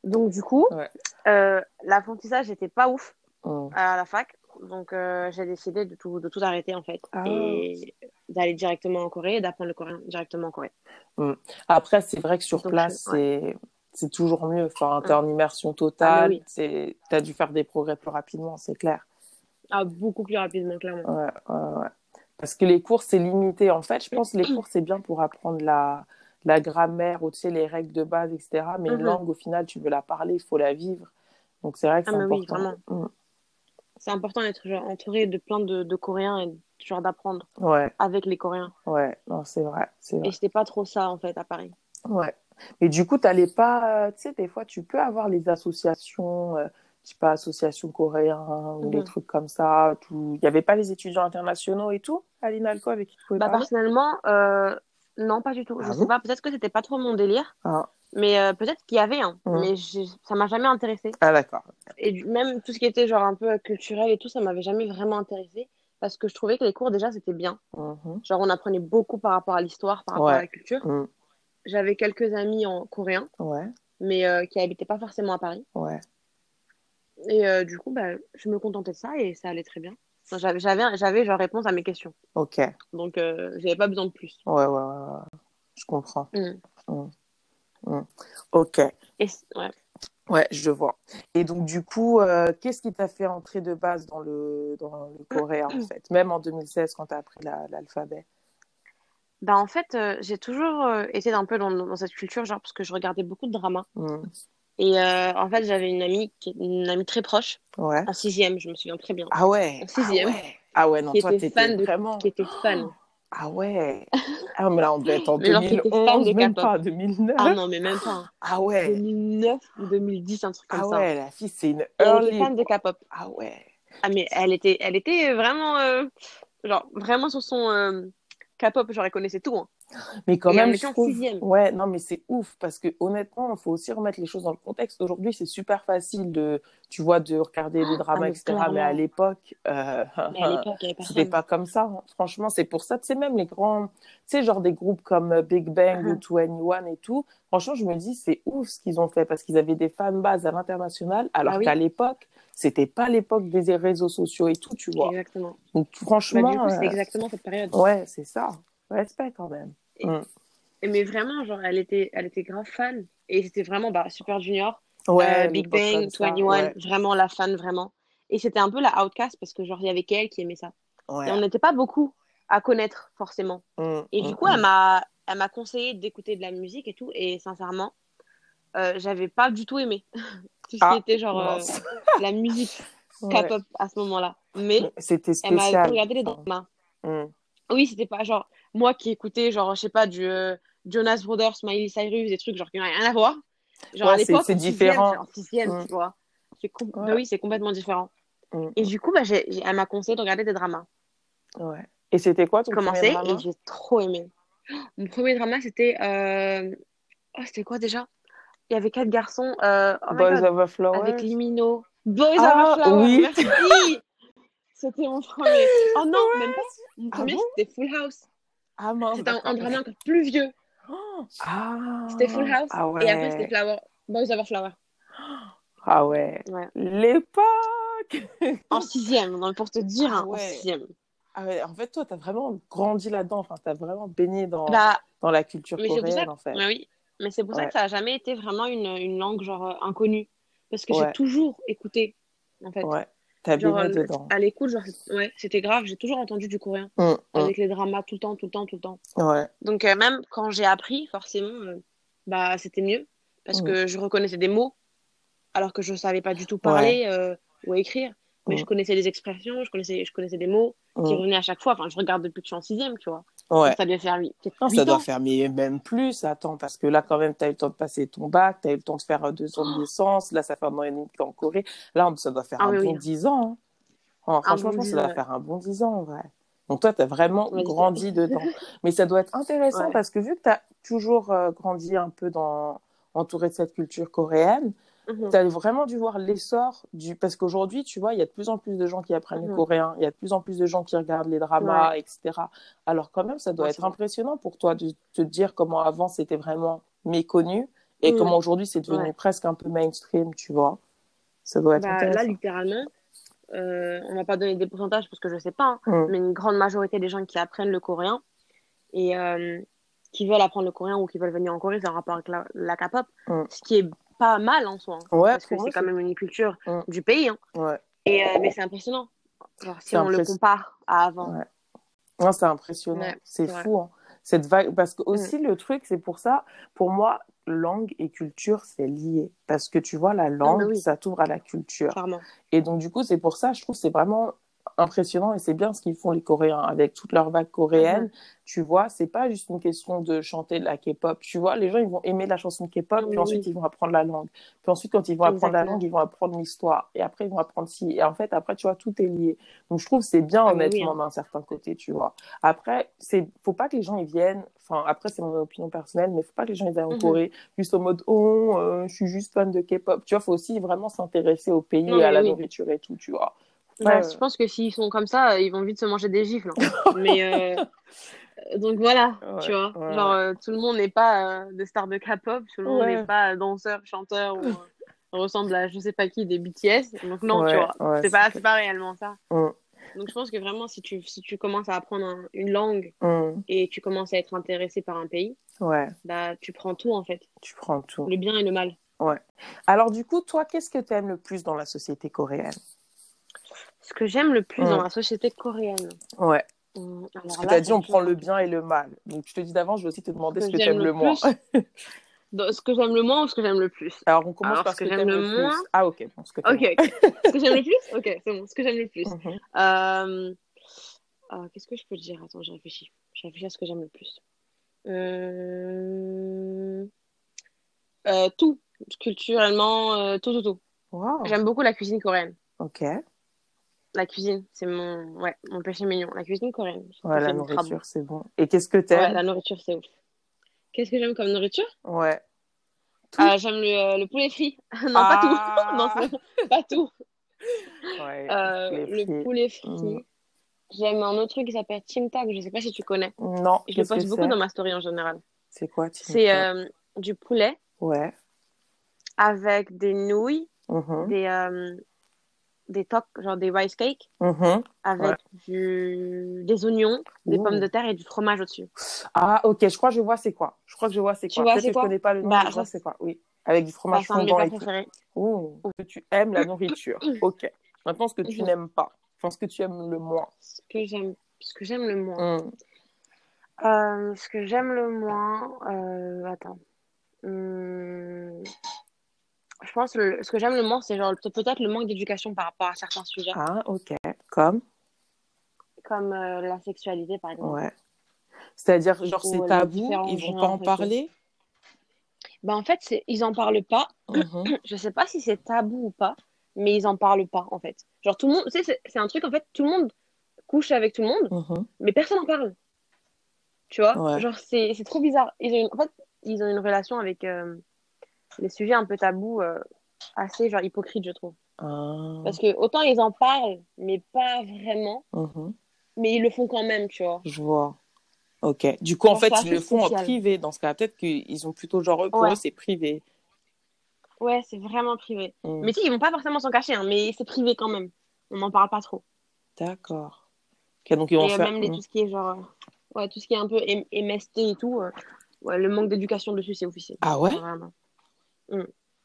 Donc, du coup, Ouais. euh, l'apprentissage n'était pas ouf Mm. à la fac. Donc, euh, j'ai décidé de tout, de tout arrêter, en fait. Ah. Et d'aller directement en Corée et d'apprendre le coréen directement en Corée. Mm. Après, c'est vrai que sur Donc, place, je- ouais. c'est c'est toujours mieux. Enfin, t'es Mm. en immersion Ah, mais totale. oui. C'est... T'as dû faire des progrès plus rapidement, c'est clair. Ah, beaucoup plus rapidement, clairement. Ouais, ouais, ouais. Parce que les cours, c'est limité. En fait, je pense que les cours, c'est bien pour apprendre la, la grammaire ou tu sais, les règles de base, et cetera. Mais une Mhm. langue, au final, tu veux la parler, il faut la vivre. Donc, c'est vrai que Ah, c'est mais oui, important. vraiment. Mm. C'est important d'être genre, entouré de plein de, de Coréens et genre d'apprendre Ouais, avec les Coréens. ouais. Non, c'est vrai, c'est vrai. Et c'était pas trop ça, en fait, à Paris. Ouais. Mais du coup, t'allais pas... euh, Tu sais, des fois, tu peux avoir les associations, euh, je sais pas, associations coréennes ou les Mhm. trucs comme ça. Tout... Il n'y avait pas les étudiants internationaux et tout à l'INALCO avec qui tu pouvais Bah, parler? personnellement, euh, non, pas du tout. Je Ah sais bon? pas, peut-être que c'était pas trop mon délire, Ah, mais euh, peut-être qu'il y avait un. hum. Mais j'ai- ça m'a jamais intéressé. Ah, d'accord. Et du- même tout ce qui était genre un peu culturel et tout, ça m'avait jamais vraiment intéressé parce que je trouvais que les cours déjà c'était bien. Mhm. Genre on apprenait beaucoup par rapport à l'histoire, par rapport à Ouais. la culture. Hum. J'avais quelques amis en coréen, Ouais. mais euh, qui habitaient pas forcément à Paris. Ouais. Et euh, du coup, bah, je me contentais de ça et ça allait très bien. Enfin, j'avais, j'avais, j'avais genre réponse à mes questions. Ok. Ouais, Donc euh, j'avais pas besoin de plus. ouais, ouais, ouais. Je comprends. Mm. Hum, hum. Ok. Et c- ouais. Ouais, je vois. Et donc, du coup, euh, qu'est-ce qui t'a fait entrer de base dans le, dans le coréen, en fait? Même en deux mille seize, quand t'as appris la- l'alphabet. Bah en fait, euh, j'ai toujours euh, été un peu dans, dans cette culture, genre parce que je regardais beaucoup de dramas. Hum. Et euh, en fait, j'avais une amie, qui, une amie très proche, Ouais. en sixième, je me souviens très bien, Ah ouais. en Ah sixième, ouais. Ah ouais, non, qui toi, était t'étais fan de, vraiment... qui était fan, Ah ouais. Ah, mais là, on devait être en mais genre qui était fan de deux mille onze, même K-pop. pas, Ah deux mille neuf. non, mais même pas, hein. Ah ouais. deux mille neuf ou deux mille dix, un truc comme Ah ça, hein. ouais, la fille, c'est une Et elle était early, fan de quoi. K-pop. Ah ouais. Ah mais elle était, elle était vraiment, euh, genre vraiment sur son euh, K-pop, genre elle connaissait tout, hein. Mais quand Et on même, je était en trouve, sixième. ouais, non, mais c'est ouf parce que honnêtement, il faut aussi remettre les choses dans le contexte. Aujourd'hui, c'est super facile de, tu vois, de regarder des Ah dramas, mais et cetera. Mais à clairement. l'époque, euh, Mais à l'époque, il y avait c'était personne. pas comme ça, hein. Franchement, c'est pour ça, tu sais, même les grands, tu sais, genre des groupes comme euh, Big Bang ou vingt et un et tout. Franchement, je me dis, c'est ouf ce qu'ils ont fait parce qu'ils avaient des fanbases à l'international, Bah alors qu'à oui, l'époque, c'était pas l'époque des réseaux sociaux et tout, tu vois. exactement. Donc, Bah du franchement, coup, c'est euh, exactement cette période. ouais, c'est ça. Respect quand même. Et, Mm. et mais vraiment, genre, elle était, elle était grave fan. Et c'était vraiment bah, Super Junior, euh, Ouais, Big l'époque comme Bang, ça, vingt et un, ouais, vraiment la fan, vraiment. Et c'était un peu la outcast parce que genre, il y avait qu'elle qui aimait ça. Et ouais. on n'était pas beaucoup à connaître, forcément. Mm, Et du mm, coup, elle mm. m'a, elle m'a conseillé d'écouter de la musique et tout. Et sincèrement, euh, j'avais pas du tout aimé tout ce qui Ah, était genre euh, mince. la musique Ouais, K-pop à ce moment-là. Mais mais c'était elle m'a fait spécial. regarder les Enfin, dramas. mm. Oui, c'était pas genre moi qui écoutais genre je sais pas du euh, Jonas Brothers, Miley Cyrus, des trucs genre qui n'ont rien à voir. Genre à Ouais, c'est l'époque c'est en sixième, c'est différent. en sixième, Mm, tu vois. C'est com- bah ouais, oui, c'est complètement différent. mm, Et mm, du coup, bah j'ai, j'ai- elle m'a conseillé de regarder des dramas. ouais. Et c'était quoi J'ai ton premier commencé et drama? j'ai trop aimé. Mon premier drama, c'était euh... oh, c'était quoi déjà? Il y avait quatre garçons. euh, Oh my Boys God, Over avec Flowers? Limino. Boys Over Ah, Flower. oui. Merci. C'était mon premier. Oh non, même pas. Ouais. Mon Ah premier, bon? c'était Full House. Ah mince, C'était un, un d'accord. drama encore plus vieux. Oh, C'était Full ah, House. ah Et après, c'était ouais. Flower. Boys Over Flower. Ah ouais. Ouais. L'époque! En sixième, non, pour te dire, Ah hein, en ouais. sixième. Ah ouais. En fait, toi, t'as vraiment grandi là-dedans. Enfin, t'as vraiment baigné dans, Bah, dans la culture mais c'est pour ça. coréenne, en fait. Mais oui. Mais c'est pour ça Ouais, que ça a jamais été vraiment une, une langue genre euh, inconnue. Parce que j'ai ouais, toujours écouté, en fait. ouais. T'as Genre, baigné euh, dedans. à l'écoute, genre, ouais, c'était grave. J'ai toujours entendu du coréen. Hum, hum. Avec les dramas tout le temps, tout le temps, tout le temps. Ouais. Donc, euh, même quand j'ai appris, forcément, euh, bah, c'était mieux. Parce Hum, que je reconnaissais des mots, alors que je ne savais pas du tout ouais. parler euh, ou écrire. Mais je Hum, connaissais des expressions, je connaissais, je connaissais des mots qui hum. revenaient à chaque fois. Enfin, je regarde depuis que je suis en sixième, tu vois. Donc, Ouais. ça devait faire huit- peut-être Non, ça huit doit ans. faire mais même plus. Attends, parce que là, quand même, t'as eu le temps de passer ton bac, t'as eu le temps de faire euh, deux ans de Oh, licence. Là, ça fait un an et demi que t'es en Corée. Là, ça doit faire ah un oui, bon oui. dix ans, hein. Oh, Un franchement, bon je pense que ça dix ans, doit ouais. faire un bon dix ans, en vrai. Donc, toi, t'as vraiment On va dire. grandi dedans. Mais ça doit être intéressant Ouais. parce que vu que t'as toujours euh, grandi un peu dans... entouré de cette culture coréenne, Mhm, tu as vraiment dû voir l'essor du... Parce qu'aujourd'hui, tu vois, il y a de plus en plus de gens qui apprennent le mhm. coréen, il y a de plus en plus de gens qui regardent les Ouais, dramas, et cetera. Alors quand même, ça doit ouais, c'est être vrai. impressionnant pour toi de te dire comment avant, c'était vraiment méconnu et Mm. comment aujourd'hui c'est devenu Ouais. presque un peu mainstream, tu vois. Ça doit être Bah, là, intéressant. littéralement, euh, on va pas donner des pourcentages parce que je sais pas, hein, Mm. mais une grande majorité des gens qui apprennent le coréen et euh, qui veulent apprendre le coréen ou qui veulent venir en Corée, c'est un rapport avec la, la K-pop, Mm. ce qui est pas mal en soi, hein, Ouais, parce que pour moi, c'est quand c'est... même une culture Mm. du pays, hein. Ouais, Et, euh, mais c'est impressionnant. Genre, si c'est on le impressionnant. compare à avant. Ouais. Non, c'est impressionnant. Ouais, C'est c'est vrai. fou, hein. Cette vague. Parce que Mm. aussi, le truc, c'est pour ça, pour moi, langue et culture, c'est lié. Parce que tu vois, la Non, mais langue, oui, ça t'ouvre à la culture. clairement. Et donc, du coup, c'est pour ça, je trouve, que c'est vraiment impressionnant et c'est bien ce qu'ils font les Coréens avec toute leur vague coréenne. Mhm. Tu vois, c'est pas juste une question de chanter de la K-pop. Tu vois, les gens, ils vont aimer la chanson K-pop, Non, puis mais ensuite, oui, ils vont apprendre la langue. Puis ensuite, quand ils vont apprendre la langue, exactement. ils vont apprendre l'histoire. Et après, ils vont apprendre ci. Et en fait, après, tu vois, tout est lié. Donc, je trouve que c'est bien, Ah, mais oui, honnêtement, hein. d'un certain côté, tu vois. Après, c'est, faut pas que les gens, ils viennent, enfin, après, c'est mon opinion personnelle, mais faut pas que les gens, ils aillent en Mhm. Corée juste en mode, oh, euh, je suis juste fan de K-pop. Tu vois, faut aussi vraiment s'intéresser au pays Non, et à mais la oui. nourriture et tout, tu vois. Faut Bah, pas, je euh, pense que s'ils sont comme ça, euh, ils vont vite se manger des gifles, hein. Mais euh, donc voilà, tu Ouais, vois. ouais, Genre, ouais. euh, tout le monde n'est pas euh, des stars de K-pop, tout le monde n'est Ouais, pas euh, danseur, chanteur ou euh, ressemble à je sais pas qui des B T S. Donc non, tu ouais, vois. ouais, C'est c'est pas, clair. c'est pas réellement ça. Mm, Donc je pense que vraiment, si tu, si tu commences à apprendre un- une langue mm, et tu commences à être intéressé par un pays, ouais, bah tu prends tout en fait, tu prends tout. le bien et le mal. Ouais. Alors, du coup, toi, qu'est-ce que tu aimes le plus dans la société coréenne? Ce que j'aime le plus dans Mm, la société coréenne, ouais. hum, Parce alors que tu as là, dit, c'est on prend dur le comme bien et question. le mal. Donc, je te dis d'avance, je vais aussi te Ce demander ce que que tu j'aime aimes le le moins. plus, dans- ce que j'aime le moins ou ce que j'aime le plus? Alors, on commence Alors, par ce ce que que tu j'aime aimes le le moins, plus. Ah, ok, bon, ce que tu aimes ok, moins. ok. Ce que j'aime le plus? Ok, c'est bon, ce que j'aime le plus. Mhm. Euh, euh, qu'est-ce que je peux te dire? Attends, je réfléchis. Je réfléchis à ce que j'aime le plus. Euh, euh, tout, culturellement, euh, tout, tout, tout. Wow, J'aime beaucoup la cuisine coréenne. ok. La cuisine, c'est mon, ouais, mon péché mignon. La cuisine coréenne, je trouve que Ouais, la c'est ultra bon. nourriture, c'est bon. Et qu'est-ce que Ouais, t'aimes? la nourriture, c'est ouf. Qu'est-ce que j'aime comme nourriture? Ouais, tout. Euh, j'aime le, le poulet frit. Non, pas tout. Non, Ah, c'est pas tout. ouais, Euh, les le fruits. poulet Mm. frit. J'aime un autre truc qui s'appelle Tim Tam, je sais pas si tu connais. Non, Je le qu'est-ce que poste beaucoup c'est? dans ma story en général. C'est quoi, Tim C'est Tam? euh, du poulet Ouais. avec des nouilles, Mhm. des, euh, des tocs, genre des rice cakes, Mhm. Ouais. avec du, des oignons, des pommes de Ouh. terre et du fromage au-dessus. Ah, ok, je crois que je vois c'est quoi. Je crois que je vois c'est Tu quoi. vois, Peut-être c'est que je quoi? connais pas le nom, mais Bah, je vois ça, c'est quoi. Oui, avec du bah, fromage c'est un de mes fondant plats et tout. préférés. Ouh, que tu aimes la nourriture. Ok. Maintenant, ce que tu n'aimes pas. Enfin, ce que tu aimes le moins. Ce que j'aime, ce que j'aime le moins. Hmm. Euh, ce que j'aime le moins, euh, attends. Hum, je pense le, ce que j'aime le moins, c'est genre peut- peut-être le manque d'éducation par rapport à certains sujets, Ah, ok. Comme? comme euh, la sexualité par exemple, Ouais. C'est-à-dire, genre, c'est ou les tabou, différents ils vont pas en genres et tout. parler? Ben, en fait, c'est, ils en parlent pas. Mhm. Je sais pas si c'est tabou ou pas, mais ils en parlent pas en fait. Genre tout le monde, tu sais, c'est c'est un truc en fait, tout le monde couche avec tout le monde, Mhm. mais personne n'en parle. Tu vois? Ouais. Genre c'est c'est trop bizarre. Ils ont une- en fait, ils ont une relation avec euh, les sujets un peu tabous euh, assez genre hypocrite, je trouve. Ah. Parce que autant ils en parlent, mais pas vraiment, Mhm. mais ils le font quand même, tu vois. Je vois. Ok. Du coup, en Genre c'est fait, ils assez le font en spécial. privé dans ce cas. Peut-être qu'ils ont plutôt, genre, eux, pour eux, Ouais, c'est privé. ouais, c'est vraiment privé. Hmm. Mais tu sais, ils vont pas forcément s'en cacher, hein, mais c'est privé quand même. On n'en parle pas trop. D'accord. Ok, donc ils vont Et se euh, faire. même les, Hmm. tout ce qui est genre, euh, ouais, tout ce qui est un peu M- M S T et tout, euh, ouais, le manque d'éducation dessus, c'est officiel. Ah ouais? Genre, vraiment. Mm.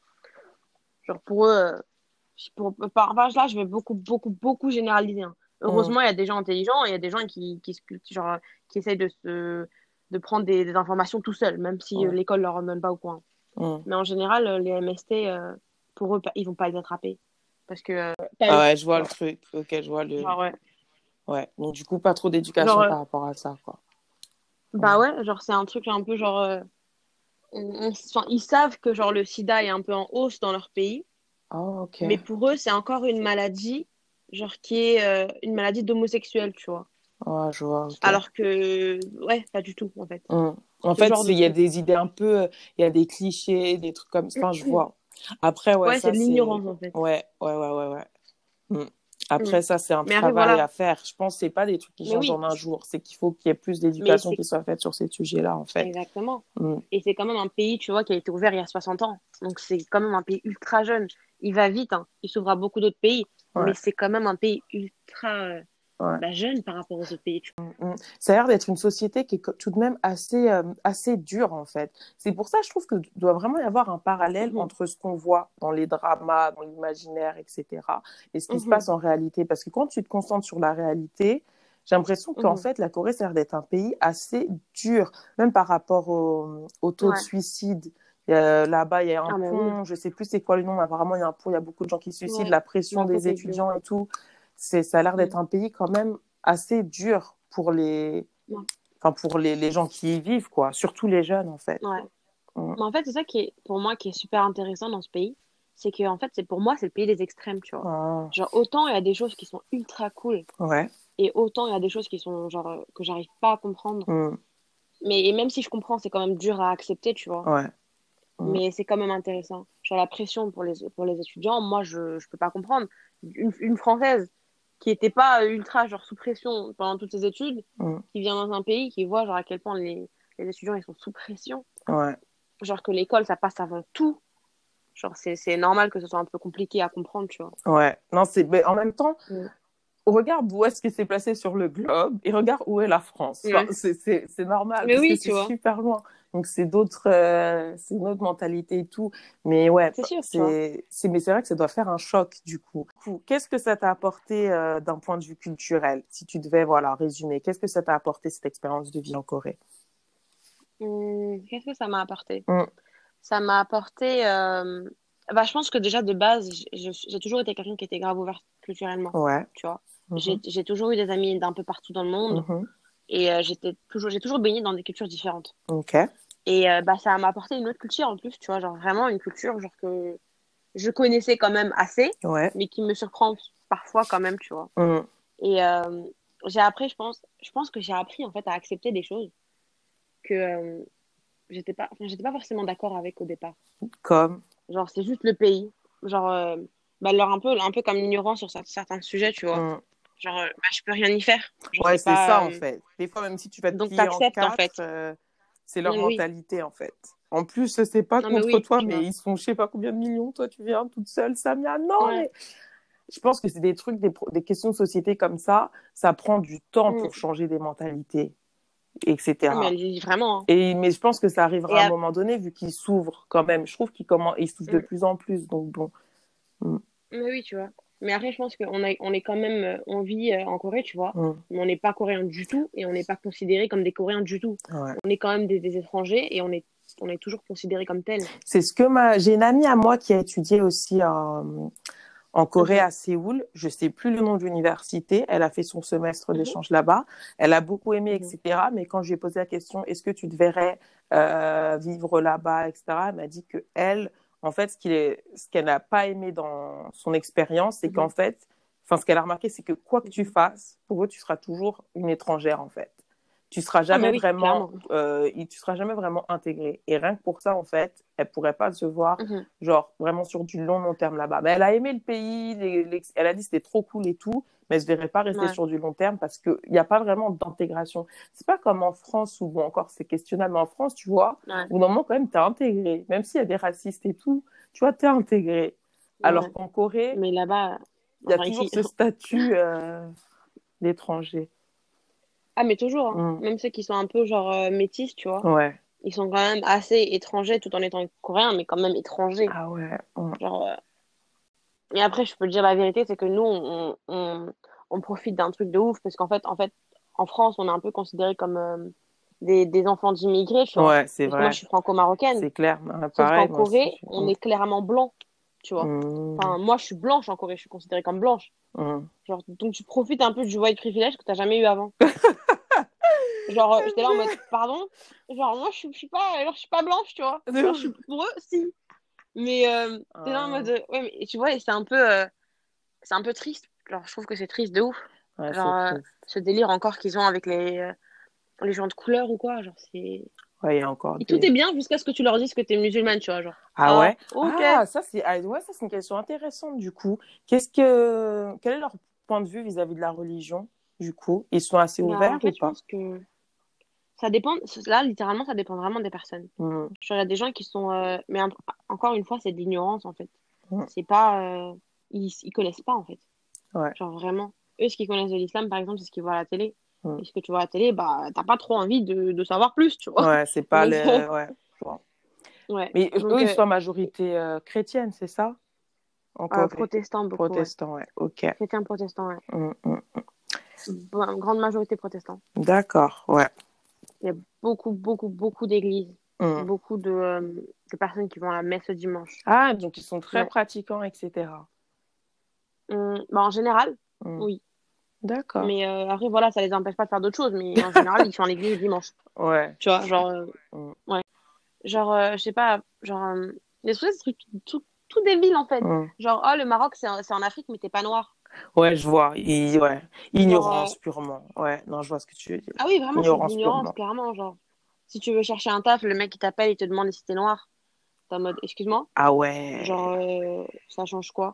Genre pour eux, euh, pour, par, enfin, là, je vais beaucoup, beaucoup, beaucoup généraliser, hein. Hmm. Heureusement, il y a des gens intelligents et il y a des gens qui, qui, se- genre, qui essayent de, se, de prendre des, des informations tout seuls, même si euh, Ouais. l'école leur en donne pas au courant. Hmm. Mais en général, euh, les M S T, euh, pour eux, pa- ils vont pas les attraper. Parce que, euh, pas Ah eux, ouais, je tu vois le vois. truc. Ok, je vois le. Genre, ouais. Ouais. Donc, du coup, pas trop Genre, d'éducation euh, par rapport à ça, quoi. bah Hmm. ouais, genre, c'est un truc un peu genre. euh, on- on- enfin, ils savent que genre le sida est un peu en hausse dans leur pays, Ah, ok. mais pour eux, c'est encore une maladie, genre qui est euh, une maladie d'homosexuel, tu vois. Ah, je vois, ok. Alors que, ouais, pas du tout, en fait. Hmm. En Ce fait, genre c'est- de il y a truc. des idées un peu. euh, Il y a des clichés, des trucs comme ça. Enfin, je vois. Après, ouais, Ouais, c'est ça, de c'est. l'ignorance, en fait. Ouais, ouais, ouais, ouais, ouais. Hmm. Après, ça, c'est un Mais après, travail voilà. à faire. Je pense que c'est pas des trucs qui Mais changent oui. en un jour. C'est qu'il faut qu'il y ait plus Mais d'éducation c'est qui soit faite sur ces sujets-là, en fait. exactement. Mm. Et c'est quand même un pays, tu vois, qui a été ouvert il y a soixante ans. Donc c'est quand même un pays ultra jeune. Il va vite, hein. Il s'ouvre à beaucoup d'autres pays. Ouais. Mais c'est quand même un pays ultra euh, Ouais. bah, jeune par rapport aux autres pays. Tu Mm. Ça a l'air d'être une société qui est co- tout de même assez, euh, assez dure, en fait. C'est pour ça, je trouve qu'il doit vraiment y avoir un parallèle vois. entre ce qu'on voit dans les dramas, dans l'imaginaire, et cetera, et ce qui Mhm. se passe en réalité. Parce que quand tu te concentres sur la réalité, j'ai l'impression qu'en Mhm. fait, la Corée, ça a l'air d'être un pays assez dur, même par rapport au, au taux de Ouais. suicide. Euh, là-bas, il y a un Ah, mais oui. pont, je sais plus c'est quoi le nom, mais apparemment, il y a un pont, il y a beaucoup de gens qui se suicident, Ouais. la pression Bah, ça, des c'est dur. étudiants et tout. C'est, ça a l'air d'être Mm. un pays quand même assez dur pour les, Ouais. enfin, pour les, les gens qui y vivent, quoi. Surtout les jeunes, en fait. Ouais. Mm. Mais en fait, c'est ça qui est, pour moi, qui est super intéressant dans ce pays. C'est que, en fait, c'est pour moi, c'est le pays des extrêmes, tu vois. Ah, Genre, autant il y a des choses qui sont ultra cool, ouais. et autant il y a des choses qui sont, genre, euh, que j'arrive pas à comprendre. Mm. Mais et même si je comprends, c'est quand même dur à accepter, tu vois. Ouais. Mm. Mais c'est quand même intéressant. Genre, la pression pour les, pour les étudiants, moi, je, je peux pas comprendre. Une, une Française qui était pas ultra, genre, sous pression pendant toutes ses études, Mm. qui vient dans un pays, qui voit, genre, à quel point les, les étudiants, ils sont sous pression. Ouais. Genre, que l'école, ça passe avant tout. Genre, c'est, c'est normal que ce soit un peu compliqué à comprendre, tu vois. Ouais. Non, c'est, mais en même temps, Mm. regarde où est-ce que c'est placé sur le globe et regarde où est la France. Enfin, Ouais. c'est, c'est, c'est normal Mais parce que oui, tu c'est vois. super loin. Donc, c'est d'autres, euh, c'est une autre mentalité et tout. Mais ouais, C'est sûr, tu vois. c'est, c'est, mais c'est vrai que ça doit faire un choc, du coup. Du coup, qu'est-ce que ça t'a apporté euh, d'un point de vue culturel? Si tu devais, voilà, résumer, qu'est-ce que ça t'a apporté, cette expérience de vie en Corée? Hum, qu'est-ce que ça m'a apporté? Mm. Ça m'a apporté... euh, Bah, je pense que déjà, de base, j- je- j'ai toujours été quelqu'un qui était grave ouvert culturellement, Ouais. tu vois. Mhm. J'ai, j'ai toujours eu des amis d'un peu partout dans le monde Mhm. et euh, j'étais toujours, j'ai toujours baigné dans des cultures différentes. Ok. Et euh, bah, ça m'a apporté une autre culture en plus, tu vois, genre vraiment une culture genre que je connaissais quand même assez, Ouais. mais qui me surprend parfois quand même, tu vois. Mm. Et euh, j'ai appris, je pense, je pense que j'ai appris en fait à accepter des choses que euh, j'étais pas, enfin, j'étais pas forcément d'accord avec au départ. Comme. Genre, c'est juste le pays. Genre, euh, bah, alors un peu, un peu comme l'ignorance sur cer- certains sujets, tu vois. Mm. Genre, euh, bah, je peux rien y faire. Genre, Ouais, c'est c'est ça, pas. en euh, fait. Des fois, même si tu vas te Donc, plier en t'acceptes, en quatre, fait. euh, c'est leur Oui, oui. mentalité, en fait. En plus, c'est pas Non, mais contre oui, toi, tu mais vois. ils sont je sais pas combien de millions. Toi, tu viens toute seule, Samia. Non, Ouais. mais je pense que c'est des trucs, des, pro- des questions de société comme ça. Ça prend du temps Mm. pour changer des mentalités, Ah, mais et cetera. elle dit vraiment, hein. Et, mais je pense que ça Et arrivera à un à- moment donné, vu qu'ils s'ouvrent quand même. Je trouve qu'ils comment, ils s'ouvrent de Mm. plus en plus. Donc, bon. Mm. Mais oui, tu vois. Mais après, je pense qu'on a, on est quand même. euh, On vit euh, en Corée, tu vois. Mm. Mais on n'est pas coréen du tout et on n'est pas considéré comme des Coréens du tout. Ouais. On est quand même des, des étrangers et on est, on est toujours considérés comme tels. C'est ce que ma... J'ai une amie à moi qui a étudié aussi en, en Corée, Mhm. à Séoul. Je sais plus le nom de l'université. Elle a fait son semestre Mhm. d'échange là-bas. Elle a beaucoup aimé, Mhm. et cetera. Mais quand je lui ai posé la question, est-ce que tu te verrais euh, vivre là-bas, et cetera, elle m'a dit que elle, en fait, ce qu'il est... ce qu'elle n'a pas aimé dans son expérience, c'est qu'en Mhm. fait, enfin, ce qu'elle a remarqué, c'est que quoi que tu Mhm. fasses, pour eux, tu seras toujours une étrangère, en fait. Tu seras Ah, mais jamais oui, vraiment, clairement. euh, tu seras jamais vraiment intégré. Et rien que pour ça, en fait, elle pourrait pas se voir, Mhm. genre, vraiment sur du long, long terme là-bas. Mais elle a aimé le pays, les, les- elle a dit que c'était trop cool et tout, mais elle se verrait pas rester Ouais. sur du long terme parce qu'il n'y a pas vraiment d'intégration. C'est pas comme en France où, bon, encore, c'est questionnable, mais en France, tu vois, Ouais. au moment, quand même, t'es intégré. Même s'il y a des racistes et tout, tu vois, t'es intégré. Alors Ouais. qu'en Corée, Mais là-bas, il y a enfin toujours ici. ce statut euh, d'étranger. Ah, mais toujours, hein. Mm. Même ceux qui sont un peu genre euh, métis, tu vois. Ouais. Ils sont quand même assez étrangers tout en étant coréens, mais quand même étrangers. Ah ouais. Mm. Genre, euh, Et après, je peux te dire la vérité, c'est que nous, on, on, on profite d'un truc de ouf parce qu'en fait, en fait, en France, on est un peu considérés comme euh, des, des enfants d'immigrés, tu vois. Ouais, c'est Parce que moi, je vrai. suis franco-marocaine. C'est clair. Sauf Pareil, qu'en moi aussi. Corée, Je... on Mm. est clairement blanc, tu vois. Mm. Enfin, moi, je suis blanche en Corée, je suis considérée comme blanche. Mm. Genre, donc tu profites un peu du white privilège que t'as jamais eu avant. Genre, euh, j'étais là en mode, pardon? Genre, moi, je suis, je suis pas, genre, je suis pas blanche, tu vois. Genre, je suis, pour eux, si. Mais euh, t'es là en mode, Ah. euh, ouais, mais tu vois, et c'est un peu, euh, c'est un peu triste. Genre, je trouve que c'est triste de ouf. Ouais, Genre, c'est euh, triste. ce délire encore qu'ils ont avec les, euh, les gens de couleur ou quoi. Genre, c'est. Ouais, il y a encore Et tout des... est bien jusqu'à ce que tu leur dises que t'es musulmane, tu vois. Genre, Ah ah, ouais? ok. Ah, ça, c'est ah, ouais, ça, c'est une question intéressante, du coup. Qu'est-ce que... Quel est leur point de vue vis-à-vis de la religion, du coup? Ils sont assez Bah, ouverts en fait, ou je pas? pense que ça dépend. Là, littéralement, ça dépend vraiment des personnes. Mm, Genre, il y a des gens qui sont. euh, Mais en- encore une fois, c'est de l'ignorance, en fait. mm, C'est pas. euh, Ils, ils connaissent pas, en fait. ouais. Genre, vraiment. Eux, ce qu'ils connaissent de l'islam, par exemple, c'est ce qu'ils voient à la télé. Mm. Et ce que tu vois à la télé, bah, t'as pas trop envie de, de savoir plus, tu vois. Ouais, c'est pas Donc, le... Ouais. Bon. ouais. Mais eux, Donc, ils euh, sont à majorité euh, chrétienne, c'est ça? En euh, Corée. protestants, beaucoup, ouais. Protestants, ouais. Ok. Chrétiens protestants, ouais. Mm, mm. Bon, grande majorité protestants. D'accord, ouais. Il y a beaucoup, beaucoup, beaucoup d'églises. Mm. Beaucoup de, euh, de personnes qui vont à la messe le dimanche. Ah, donc ils sont très Ouais. pratiquants, et cetera. Hum, bah, en général, Mm. oui. D'accord. Mais euh, après, voilà, ça les empêche pas de faire d'autres choses. Mais en général, ils sont à l'église le dimanche. Ouais. Tu vois, genre, euh, Mm. ouais. Genre, euh, je sais pas, genre, euh, des trucs, des trucs tout, tout, tout débiles en fait. Mm. Genre, oh, le Maroc, c'est en, c'est en Afrique, mais t'es pas noir. Ouais, je vois. Il- Ouais. Genre, Ignorance euh, purement. Ouais, non, je vois ce que tu veux dire. ah oui, vraiment, c'est de Ignorance l'ignorance, purement. clairement. Genre, si tu veux chercher un taf, le mec qui t'appelle, il te demande si t'es noir. T'es en mode, excuse-moi, Ah ouais. genre, euh, ça change quoi?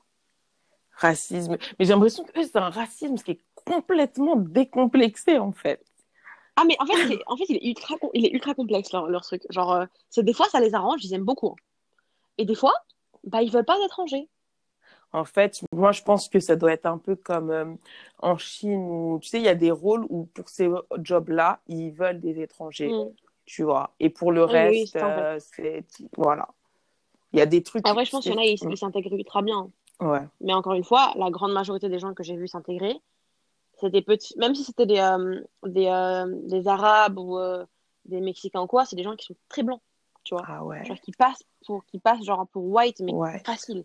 Racisme. Mais j'ai l'impression que eux, c'est un racisme qui est complètement décomplexé, en fait. Ah, mais en fait, c'est, en fait, il est ultra, com- il est ultra complexe, leur, leur truc. Genre, euh, c'est des fois, ça les arrange, ils aiment beaucoup, hein. Et des fois, bah, ils veulent pas d'étrangers. En fait, moi, je pense que ça doit être un peu comme euh, en Chine où, tu sais, il y a des rôles où pour ces jobs-là, ils veulent des étrangers, Mm. tu vois. Et pour le Oui, oui, oui, reste, c'est ça, en fait. euh, c'est... Voilà. Il y a des trucs... Après, je pense qu'il y en a, ils c'est- ils s'intègrent ultra bien. Ouais. Mais encore une fois, la grande majorité des gens que j'ai vus s'intégrer, c'est des petits, même si c'était des, euh, des, euh, des Arabes ou euh, des Mexicains ou quoi, c'est des gens qui sont très blancs, tu vois. Ah ouais. Genre qui passent pour, qui passent genre pour white, mais Ouais. facile.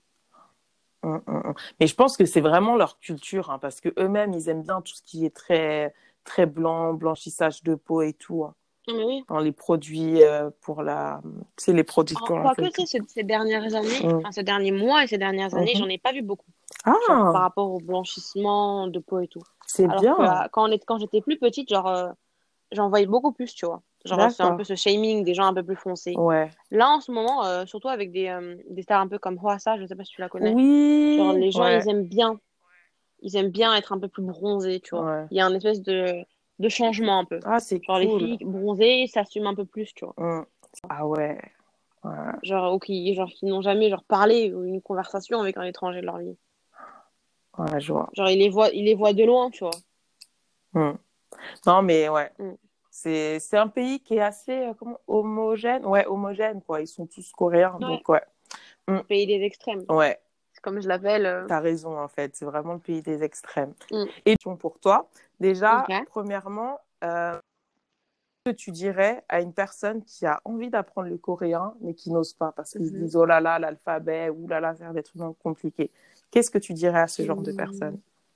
Hum, hum, hum. Mais je pense que c'est vraiment leur culture, hein, parce que eux-mêmes, ils aiment bien tout ce qui est très, très blanc, blanchissage de peau et tout, hein, Non, mais oui. dans les produits euh, pour la... Tu sais, les produits Alors, pour la quoique, tu culture. sais, ces, ces dernières années, Hum. enfin, ces derniers mois et ces dernières années, Mhm. j'en ai pas vu beaucoup. Genre par Ah, rapport au blanchissement de peau et tout. c'est Alors que bien. euh, quand on est, quand j'étais plus petite, genre, euh, j'en voyais beaucoup plus, tu vois. Genre, c'est un peu D'accord. ce shaming des gens un peu plus foncés. Ouais. Là, en ce moment, euh, surtout avec des, euh, des stars un peu comme Hwasa, je sais pas si tu la connais. Genre, Oui. les gens, Ouais. ils aiment bien. Ils aiment bien être un peu plus bronzés, tu vois. Ouais. Il y a un espèce de, de changement un peu. Ah, c'est Genre, les cool. filles bronzées s'assument un peu plus, tu vois. Hum. Ah ouais. Ouais. Genre, ou qui, genre, qui n'ont jamais genre, parlé ou une conversation avec un étranger de leur vie. Ouais, je vois. Genre, ils les voient, ils les voient de loin, tu vois. Hum. Non, mais ouais. Mm. C'est, c'est un pays qui est assez euh, comment, homogène. Ouais, homogène, quoi. Ils sont tous coréens, Ouais. donc ouais. Hum. Pays des extrêmes. Ouais. C'est comme je l'appelle. euh. T'as raison, en fait. C'est vraiment le pays des extrêmes. Mm. Et pour toi, déjà, Ok. premièrement, euh, que tu dirais à une personne qui a envie d'apprendre le coréen, mais qui n'ose pas parce qu'ils se Mhm. disent, oh là là, l'alphabet, ou là là, faire des trucs compliqués. Qu'est-ce que tu dirais à ce genre de Mm. personne?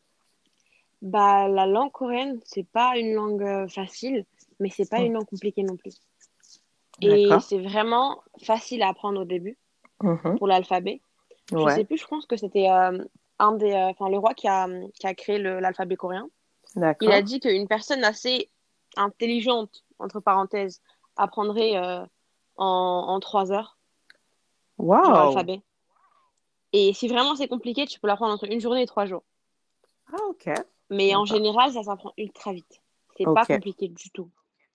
Bah, la langue coréenne, c'est pas une langue euh, facile, mais c'est pas Mm. une langue compliquée non plus. Et D'accord. c'est vraiment facile à apprendre au début Mhm. pour l'alphabet. Je sais Ouais, plus, je pense que c'était euh, un des, euh, enfin, le roi qui a, qui a créé le- l'alphabet coréen. Il a d'accord. dit qu'une personne assez intelligente, entre parenthèses, apprendrait euh, en, en trois heures, genre Waouh! l'alphabet. Et si vraiment c'est compliqué, tu peux l'apprendre entre une journée et trois jours. Ah, ok. Mais en D'accord. général, ça s'apprend ultra vite. C'est pas Ok. compliqué du tout.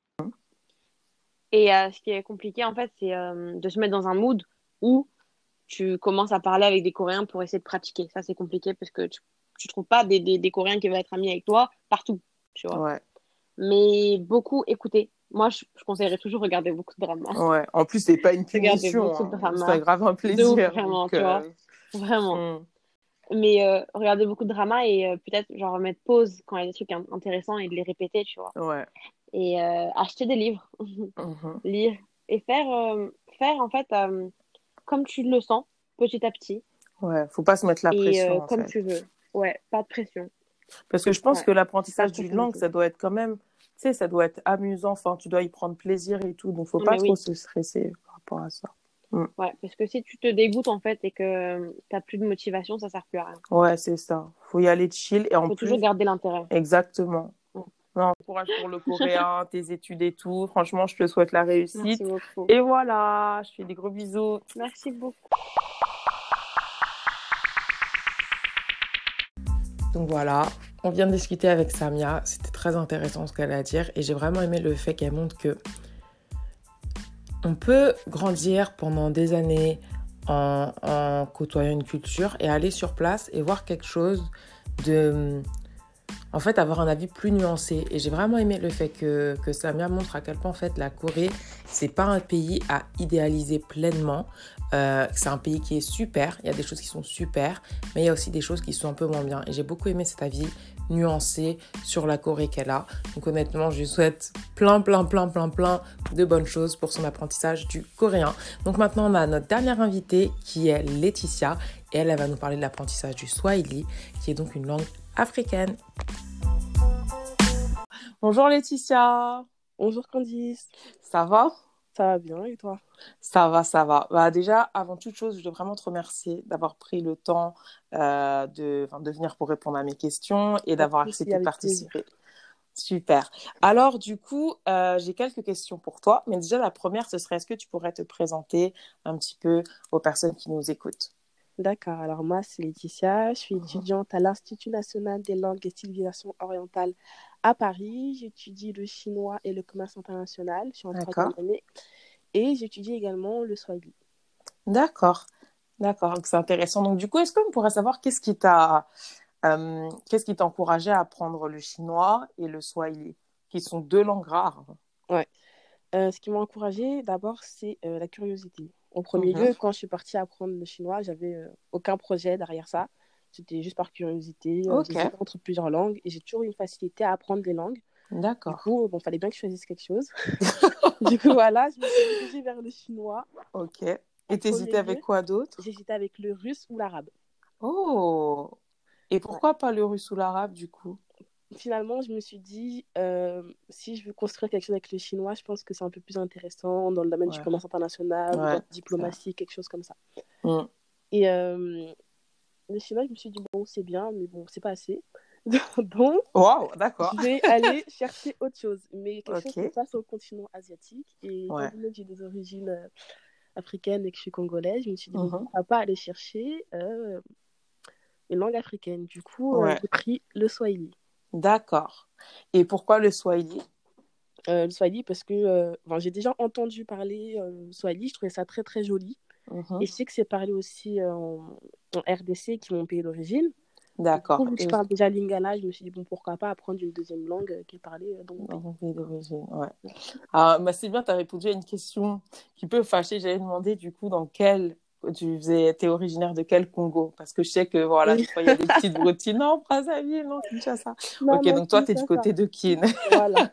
Et euh, ce qui est compliqué, en fait, c'est euh, de se mettre dans un mood où tu commences à parler avec des Coréens pour essayer de pratiquer. Ça, c'est compliqué parce que tu, tu trouves pas des, des, des Coréens qui veulent être amis avec toi partout, tu vois. Ouais, Mais beaucoup écouter. Moi, je, je conseillerais toujours regarder beaucoup de dramas. ouais. En plus, c'est pas une Regarder punition, beaucoup de hein. dramas. C'est grave un De ouf, plaisir. vraiment, Donc, tu vois. euh, Vraiment. mm. Mais euh, regarder beaucoup de dramas et euh, peut-être genre mettre pause quand il y a des trucs in- intéressants et de les répéter, tu vois. Ouais. Et euh, acheter des livres, Mhm. lire et faire, euh, faire en fait euh, comme tu le sens, petit à petit. Ouais, faut pas se mettre la Et pression, euh, en comme fait. tu veux. Ouais, pas de pression. Parce que je pense Ouais, que pas l'apprentissage de pression d'une du langue, tout. ça doit être quand même, tu sais, ça doit être amusant. Enfin, tu dois y prendre plaisir et tout. Donc, faut Non, pas mais trop oui. se stresser par rapport à ça. Ouais, parce que si tu te dégoûtes en fait et que t'as plus de motivation, ça sert plus à rien. Ouais, c'est ça. Faut y aller chill. Et en Faut toujours plus, garder l'intérêt. exactement. Ouais. Non, courage pour le coréen, tes études et tout. Franchement, je te souhaite la Merci réussite. beaucoup. Et voilà, je fais des gros bisous. Merci beaucoup. Donc voilà, on vient de discuter avec Samia, c'était très intéressant ce qu'elle a à dire et j'ai vraiment aimé le fait qu'elle montre que on peut grandir pendant des années en, en côtoyant une culture et aller sur place et voir quelque chose de... En fait, avoir un avis plus nuancé. Et j'ai vraiment aimé le fait que, que Samia montre à quel point, en fait, la Corée, c'est pas un pays à idéaliser pleinement. Euh, c'est un pays qui est super. Il y a des choses qui sont super, mais il y a aussi des choses qui sont un peu moins bien. Et j'ai beaucoup aimé cet avis nuancé sur la Corée qu'elle a. Donc honnêtement, je lui souhaite plein, plein, plein, plein, plein de bonnes choses pour son apprentissage du coréen. Donc maintenant, on a notre dernière invitée qui est Laetitia. Et elle, elle va nous parler de l'apprentissage du Swahili, qui est donc une langue africaine. Bonjour Laetitia. Bonjour Candice. Ça va? Ça va bien et toi? Ça va, ça va. Bah, déjà, avant toute chose, je veux vraiment te remercier d'avoir pris le temps euh, de, enfin, de venir pour répondre à mes questions et d'avoir accepté de participer. Super. Alors, du coup, euh, j'ai quelques questions pour toi. Mais déjà, la première, ce serait, est-ce que tu pourrais te présenter un petit peu aux personnes qui nous écoutent? D'accord. Alors, moi, c'est Laetitia. Je suis étudiante à l'Institut national des langues et civilisations orientales à Paris. J'étudie le chinois et le commerce international. Je suis en troisième année. Et j'étudie également le Swahili. D'accord. D'accord. Donc, c'est intéressant. Donc, du coup, est-ce qu'on pourrait savoir qu'est-ce qui t'a, euh, qu'est-ce qui t'a encouragé à apprendre le chinois et le Swahili, qui sont deux langues rares? Ouais. Euh, ce qui m'a encouragée, d'abord, c'est euh, la curiosité. En premier mm-hmm. lieu, quand je suis partie apprendre le chinois, j'avais euh, aucun projet derrière ça. C'était juste par curiosité. Euh, okay. J'hésitais entre plusieurs langues et j'ai toujours eu une facilité à apprendre les langues. D'accord. Du coup, bon, fallait bien que je choisisse quelque chose. Du coup, voilà, je me suis dirigée vers le chinois. Ok. Et t'hésitais avec quoi d'autre? J'hésitais avec le russe ou l'arabe. Oh. Et pourquoi ouais. pas le russe ou l'arabe, du coup? Finalement, je me suis dit, euh, si je veux construire quelque chose avec le chinois, je pense que c'est un peu plus intéressant dans le domaine ouais. du commerce international, ouais, de la diplomatie, quelque chose comme ça. Mm. Et euh, le chinois, je me suis dit, bon, c'est bien, mais bon, c'est pas assez. Donc, wow, d'accord. je vais aller chercher autre chose, mais quelque okay. chose qui se passe au continent asiatique. Et ouais. étant donné que j'ai des origines euh, africaines et que je suis congolaise, je me suis dit, mm-hmm. bon, pourquoi pas aller chercher euh, une langue africaine. Du coup, ouais. euh, j'ai pris le Swahili. D'accord. Et pourquoi le Swahili? euh, Le Swahili parce que euh, bon, j'ai déjà entendu parler euh, Swahili, je trouvais ça très très joli. Mm-hmm. Et je sais que c'est parlé aussi euh, en, en R D C, qui est mon pays d'origine. D'accord. Vu que je parle déjà lingala, je me suis dit, bon, pourquoi pas apprendre une deuxième langue euh, qui est parlée euh, dans mon pays. Dans mon pays d'origine, ouais. Ah, bah, c'est bien, tu as répondu à une question qui peut fâcher. J'allais demander du coup dans quel... Tu faisais... es originaire de quel Congo? Parce que je sais que voilà, des fois il y a des petites routines. Non, Brazzaville, non, Kinshasa. Non, ok, non, donc toi, tu es du côté de Kin. Voilà.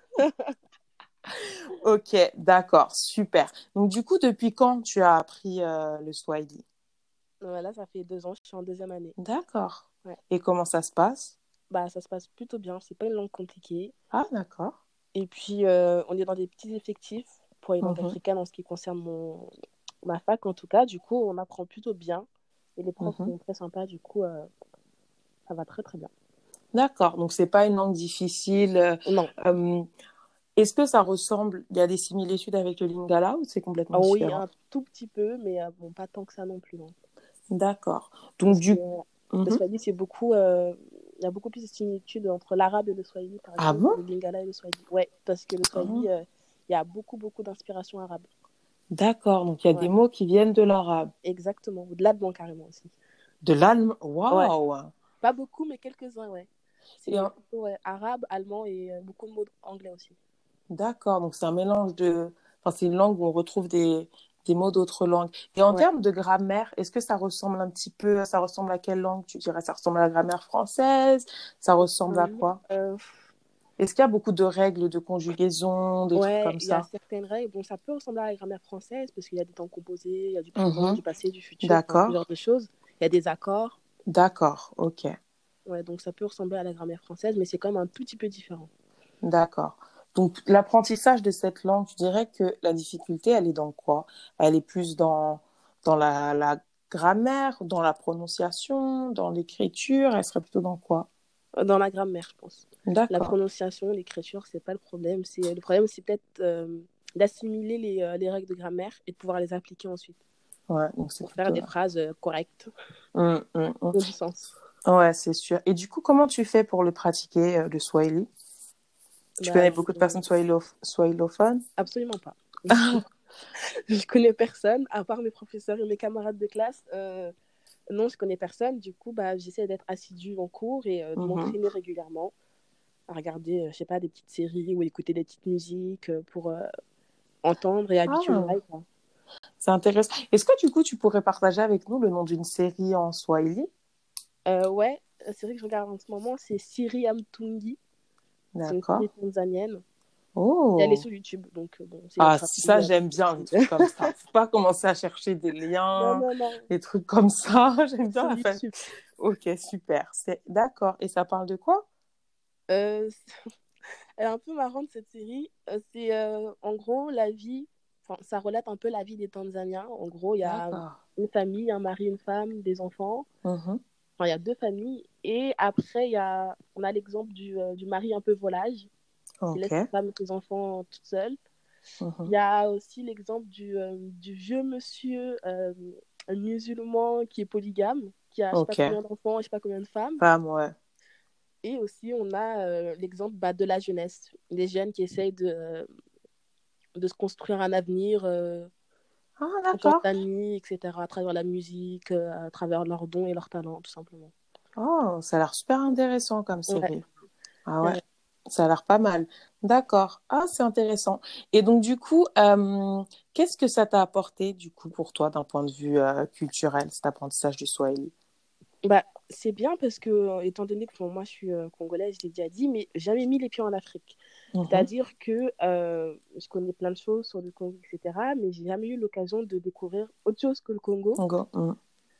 Ok, d'accord, super. Donc du coup, depuis quand tu as appris euh, le Swahili? Voilà, ça fait deux ans, je suis en deuxième année. D'accord. Ouais. Et comment ça se passe? Bah, ça se passe plutôt bien, c'est pas une langue compliquée. Ah, d'accord. Et puis, euh, on est dans des petits effectifs pour les langues mm-hmm. africaines en ce qui concerne mon... ma fac, en tout cas. Du coup, on apprend plutôt bien. Et les profs mm-hmm. sont très sympas, du coup, euh, ça va très, très bien. D'accord, donc c'est pas une langue difficile. Non. Euh, est-ce que ça ressemble, il y a des similitudes avec le lingala ou c'est complètement ah, différent? Oui, un tout petit peu, mais euh, bon, pas tant que ça non plus. Non. D'accord. Donc, Parce du coup... Le mm-hmm. Swahili, c'est beaucoup... Euh... Il y a beaucoup plus de similitudes entre l'arabe et le Swahili, par exemple. Ah bon? Le lingala et le Swahili. Ouais, parce que le Swahili, il oh. euh, y a beaucoup, beaucoup d'inspiration arabe. D'accord, donc il y a ouais. des mots qui viennent de l'arabe. Exactement, ou de l'allemand carrément aussi. De l'allemand? Waouh! Ouais. Pas beaucoup, mais quelques-uns, ouais. C'est et un... plutôt ouais, arabe, allemand et euh, beaucoup de mots anglais aussi. D'accord, donc c'est un mélange de... Enfin, c'est une langue où on retrouve des, des mots d'autres langues. Et en ouais. termes de grammaire, est-ce que ça ressemble un petit peu... Ça ressemble à quelle langue, tu dirais? Ça ressemble à la grammaire française? Ça ressemble mmh. à quoi? euh... Est-ce qu'il y a beaucoup de règles de conjugaison, des ouais, trucs comme ça? Ouais, il y a certaines règles. Bon, ça peut ressembler à la grammaire française parce qu'il y a des temps composés, il y a du présent, mmh. du passé, du futur, D'accord. Enfin, ce genre de choses. Il y a des accords. D'accord, ok. Ouais, donc ça peut ressembler à la grammaire française, mais c'est quand même un tout petit peu différent. D'accord. Donc, l'apprentissage de cette langue, tu dirais que la difficulté, elle est dans quoi? Elle est plus dans, dans la, la grammaire, dans la prononciation, dans l'écriture? Elle serait plutôt dans quoi? Dans la grammaire, je pense. D'accord. La prononciation, l'écriture, c'est pas le problème. C'est, le problème, c'est peut-être euh, d'assimiler les, euh, les règles de grammaire et de pouvoir les appliquer ensuite. Ouais, donc c'est pour plutôt... faire des phrases euh, correctes, mmh, mmh, mmh. qui ont du sens. Ouais, c'est sûr. Et du coup, comment tu fais pour le pratiquer, euh, le Swahili? Tu Bah, connais beaucoup de euh, personnes swahilo- swahilophones? absolument pas. Je connais personne, à part mes professeurs et mes camarades de classe. Euh, non, je connais personne. Du coup, bah, j'essaie d'être assidue en cours et euh, de Mhm. m'entraîner régulièrement à regarder, euh, je sais pas, des petites séries ou écouter des petites musiques euh, pour euh, entendre et habituer Ah, l'oreille, quoi. c'est intéressant. Est-ce que du coup, tu pourrais partager avec nous le nom d'une série en Swahili? Euh, ouais, c'est vrai que je regarde en ce moment, c'est Siri Amtungi. C'est une D'accord. série tanzanienne. Et elle est Oh. sur YouTube, donc euh, bon, c'est Ah, gratuit. ça, euh, j'aime bien les trucs comme ça. Faut pas commencer à chercher des Non, liens, non, non, des trucs comme ça. J'aime bien sur la fin. YouTube. Ok, super. C'est d'accord. Et ça parle de quoi? Euh, Elle est un peu marrante cette série. Euh, c'est euh, en gros la vie, enfin, ça relate un peu la vie des Tanzaniens. En gros, il y a D'accord. une famille, un mari, une femme, des enfants. Mhm. Enfin, il y a deux familles. Et après, il y a, on a l'exemple du, euh, du mari un peu volage, qui Ok. laisse sa femme et ses enfants toute seule. Il Mhm. y a aussi l'exemple du, euh, du vieux monsieur euh, musulman qui est polygame, qui a je sais pas Ok. combien d'enfants, je sais pas combien de femmes. Femme, ouais. Et aussi, on a euh, l'exemple bah, de la jeunesse, des jeunes qui essayent de, euh, de se construire un avenir euh, Ah, en tant d'accord. qu'amis, et cetera, à travers la musique, euh, à travers leurs dons et leurs talents, tout simplement. Oh, ça a l'air super intéressant comme Ouais, série. Ah ouais, carré. ça a l'air pas mal. D'accord. Ah, c'est intéressant. Et donc, du coup, euh, qu'est-ce que ça t'a apporté, du coup, pour toi, d'un point de vue euh, culturel, cet apprentissage du Swahili? Bah, c'est bien parce que, euh, étant donné que bon, moi je suis euh, congolaise, je l'ai déjà dit, mais jamais mis les pieds en Afrique. Mhm. C'est-à-dire que euh, je connais plein de choses sur le Congo, et cetera, mais j'ai jamais eu l'occasion de découvrir autre chose que le Congo. Go. Mm.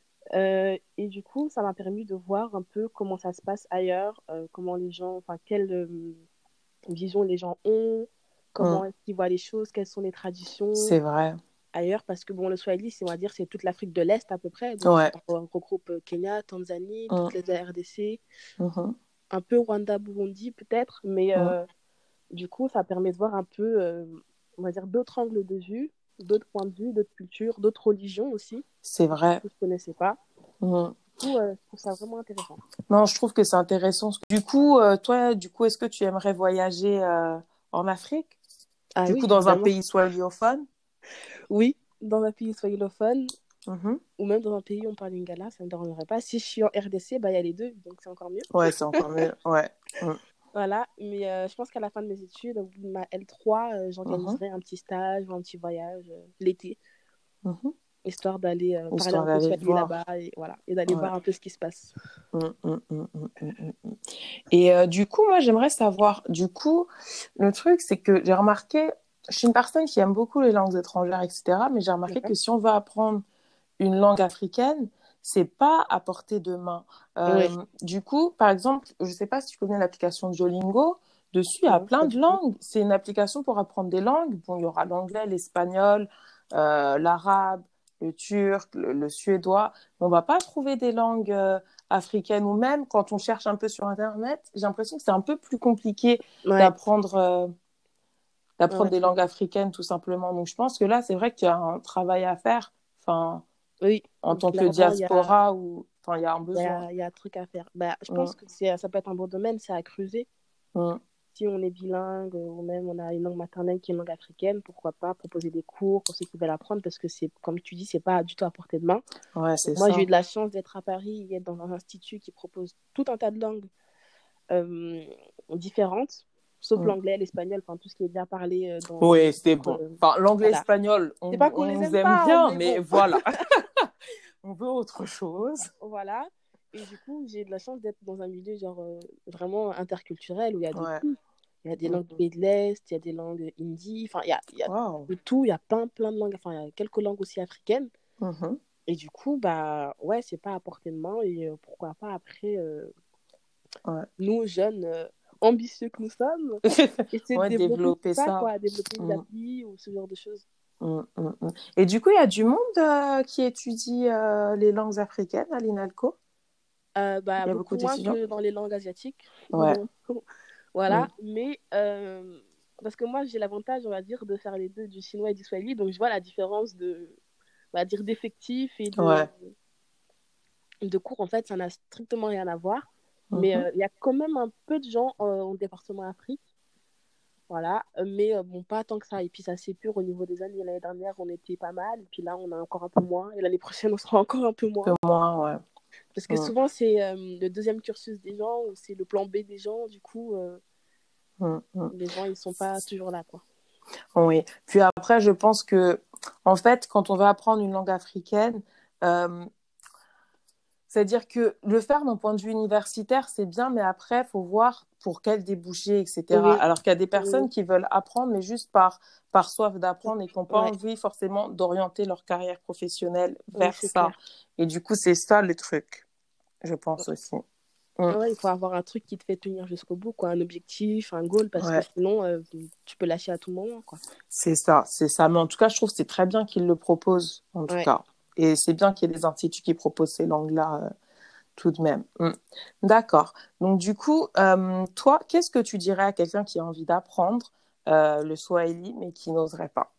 Euh, et du coup, ça m'a permis de voir un peu comment ça se passe ailleurs, euh, comment les gens, enfin, quelle euh, vision les gens ont, comment Mm. est-ce qu'ils voient les choses, quelles sont les traditions C'est vrai. ailleurs, parce que bon, le Swahili, c'est, on va dire, c'est toute l'Afrique de l'Est à peu près, donc ça Ouais. regroupe euh, Kenya, Tanzanie, Mm. toutes les R D C, Mhm. un peu Rwanda, Burundi peut-être, mais Mm. euh, du coup, ça permet de voir un peu, euh, on va dire, d'autres angles de vue, d'autres points de vue, d'autres cultures, d'autres religions aussi, C'est des choses vrai. que je ne connaissais pas. Mm. Du coup, euh, je trouve ça vraiment intéressant. Non, je trouve que c'est intéressant. Du coup, euh, toi, du coup, est-ce que tu aimerais voyager euh, en Afrique? Ah Du coup, oui, dans un évidemment. pays swahiliophone? Oui, dans un pays swahilophone, Mhm. ou même dans un pays où on parle lingala, ça ne me dérangerait pas. Si je suis en R D C, bah, il y a les deux, donc c'est encore mieux. Ouais, c'est encore mieux. Ouais. Mm. Voilà, mais euh, je pense qu'à la fin de mes études, au bout de ma L trois, euh, Mhm. j'organiserai un petit stage ou un petit voyage euh, l'été, Mhm. histoire d'aller euh, parler Histoire un peu d'aller swahili là-bas voir. et, voilà, et d'aller Ouais. voir un peu ce qui se passe. Mm, mm, mm, mm, mm, mm. Et euh, du coup, moi, j'aimerais savoir, du coup, le truc, c'est que j'ai remarqué, je suis une personne qui aime beaucoup les langues étrangères, et cetera, mais j'ai remarqué D'accord? que si on veut apprendre une langue africaine, c'est pas à portée de main. Oui, Euh, du coup, par exemple, je sais pas si tu connais l'application Duolingo, dessus, il y a non, plein pas de du tout. langues. C'est une application pour apprendre des langues. Bon, il y aura l'anglais, l'espagnol, euh, l'arabe, le turc, le, le suédois. On va pas trouver des langues euh, africaines, ou même quand on cherche un peu sur Internet, j'ai l'impression que c'est un peu plus compliqué Ouais, d'apprendre euh, ouais, d'apprendre ouais, des c'est langues vrai. africaines, tout simplement. Donc, je pense que là, c'est vrai qu'il y a un travail à faire. Enfin, Oui, en tant que clairement, il y a, diaspora, ou enfin il y a un il y besoin. a, il y a un truc à faire. Bah, je Mm, pense que c'est, ça peut être un bon domaine, c'est à creuser. mm. Si on est bilingue ou même on a une langue maternelle qui est une langue africaine, pourquoi pas proposer des cours pour ceux qui veulent apprendre parce que c'est, comme tu dis, c'est pas du tout à portée de main. Ouais, Donc c'est moi, j'ai eu ça. de la chance d'être à Paris et être dans un institut qui propose tout un tas de langues euh, différentes, sauf Mm. l'anglais, l'espagnol, enfin tout ce qui est déjà parlé euh, dans Oui, c'est d'autres, bon. euh, Enfin, l'anglais voilà. espagnol, C'est on, pas qu'on on les vous aime aime pas, hein, bien, mais mais bon, voilà. On veut autre chose. voilà. Et du coup, j'ai de la chance d'être dans un milieu genre euh, vraiment interculturel où il y a de Ouais. tout. Il y a des langues du Mm. pays de l'Est, il y a des langues hindi, enfin, il y a, il y a Wow. de tout, il y a plein, plein de langues, enfin, il y a quelques langues aussi africaines. Mhm. Et du coup, bah, ouais, c'est pas à portée de main. Et euh, pourquoi pas après, euh, Ouais. nous, jeunes, euh, ambitieux que nous sommes, essayer de Ouais, développer tout développer ça, ça. quoi, développer une Mm, appli ou ce genre de choses. mm, mm, mm. Et du coup, il y a du monde euh, qui étudie euh, les langues africaines à l'INALCO? Euh, bah, Il y a beaucoup beaucoup moins d'étudiants? que dans les langues asiatiques. Ouais. Voilà, Mm. mais euh, parce que moi, j'ai l'avantage, on va dire, de faire les deux, du chinois et du swahili, donc je vois la différence de, on va dire, d'effectifs et de, Ouais. de cours, en fait, ça n'a strictement rien à voir. Mhm. Mais il euh, y a quand même un peu de gens euh, au département Afrique. Voilà, mais euh, bon, pas tant que ça. Et puis, ça c'est pur au niveau des années. L'année dernière, on était pas mal. Et puis là, on a encore un peu moins. Et l'année prochaine, on sera encore un peu moins. Un peu moins, ouais. Parce que mmh. souvent, c'est euh, le deuxième cursus des gens ou c'est le plan B des gens. Du coup, euh, mmh. les gens, ils sont pas toujours là, quoi. Oui. Puis après, je pense que, en fait, quand on veut apprendre une langue africaine, euh, c'est-à-dire que le faire d'un point de vue universitaire, c'est bien, mais après, il faut voir pour quel débouché, et cetera. Oui. Alors qu'il y a des personnes oui. qui veulent apprendre, mais juste par, par soif d'apprendre et qui n'ont pas ouais. envie forcément d'orienter leur carrière professionnelle vers oui, ça. Clair. Et du coup, c'est ça le truc, je pense ouais. aussi. Mm. Ouais, il faut avoir un truc qui te fait tenir jusqu'au bout, quoi, un objectif, un goal, parce ouais. que sinon, euh, tu peux lâcher à tout moment, quoi. C'est ça, c'est ça. Mais en tout cas, je trouve que c'est très bien qu'ils le proposent, en tout ouais. cas. Et c'est bien qu'il y ait des instituts qui proposent ces langues-là, euh, tout de même. Mm. D'accord. Donc, du coup, euh, toi, qu'est-ce que tu dirais à quelqu'un qui a envie d'apprendre euh, le swahili, mais qui n'oserait pas?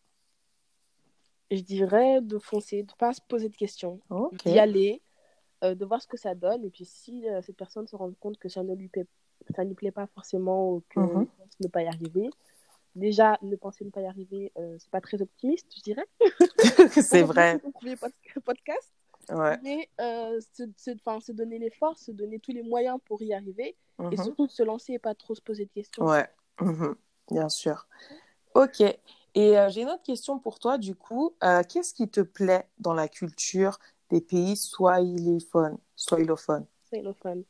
Je dirais de foncer, de ne pas se poser de questions, okay. d'y aller, euh, de voir ce que ça donne. Et puis, si euh, cette personne se rend compte que ça ne lui plaît, ça ne lui plaît pas forcément ou que mm-hmm. ne pas y arriver, déjà, ne penser ne pas y arriver, euh, c'est pas très optimiste, je dirais. C'est vrai. C'est mon premier podcast. Ouais. Mais euh, se, se, se donner l'effort, se donner tous les moyens pour y arriver mm-hmm. et surtout se lancer et pas trop se poser de questions. Ouais, mm-hmm. bien sûr. Ok. Et euh, j'ai une autre question pour toi, du coup. Euh, qu'est-ce qui te plaît dans la culture des pays swahilophones? Swahilophones. Swahilophones.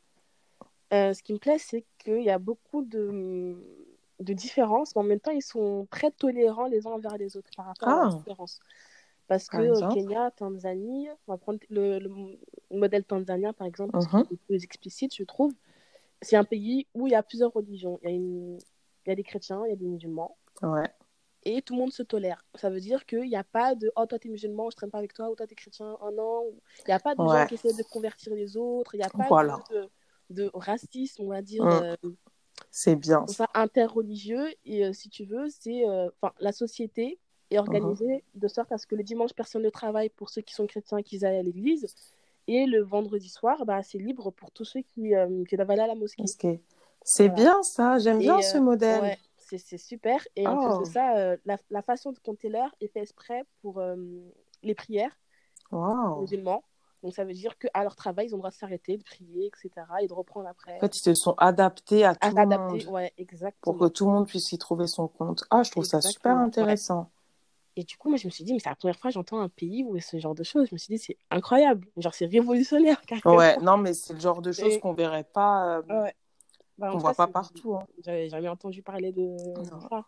Euh, ce qui me plaît, c'est qu'il y a beaucoup de, de différences, mais en même temps, ils sont très tolérants les uns envers les autres par rapport ah. à la différence. Parce que au Kenya, Tanzanie, on va prendre le, le modèle tanzanien par exemple, parce uh-huh. qu'il est plus explicite, je trouve. C'est un pays où il y a plusieurs religions. Il y a, une... il y a des chrétiens, il y a des musulmans. Ouais. Et tout le monde se tolère. Ça veut dire qu'il n'y a pas de « Oh, toi, t'es musulman, je ne traîne pas avec toi. » ou « Toi, t'es chrétien, oh non. » Il n'y a pas de ouais. gens qui essaient de convertir les autres. Il n'y a pas voilà. de, de racisme, on va dire. Mmh. Euh, c'est bien. Ça, interreligieux. Et euh, si tu veux, c'est... Enfin, euh, la société est organisée uh-huh. de sorte à ce que le dimanche, personne ne travaille pour ceux qui sont chrétiens qui aillent à l'église. Et le vendredi soir, bah, c'est libre pour tous ceux qui, euh, qui doivent aller à la mosquée. Okay. C'est voilà. bien ça, j'aime et bien euh, ce modèle. Ouais, c'est, c'est super. Et oh. en plus de ça, euh, la, la façon de compter l'heure est faite exprès pour euh, les prières wow. musulmans. Donc ça veut dire qu'à leur travail, ils ont le droit de s'arrêter, de prier, et cetera. Et de reprendre après. En fait, ils se sont adaptés à tout à le adapter, monde. Ouais, exactement. Pour que tout le monde puisse y trouver son compte. Ah, je trouve exactement. ça super intéressant. Ouais. Et du coup, moi, je me suis dit, mais c'est la première fois que j'entends un pays où il y a ce genre de choses. Je me suis dit, c'est incroyable. Genre, c'est révolutionnaire, carrément. Ouais, non, mais c'est le genre de choses et... qu'on ne verrait pas, euh, ouais. bah, qu'on ne voit pas partout. Hein. J'avais jamais entendu parler de non. ça.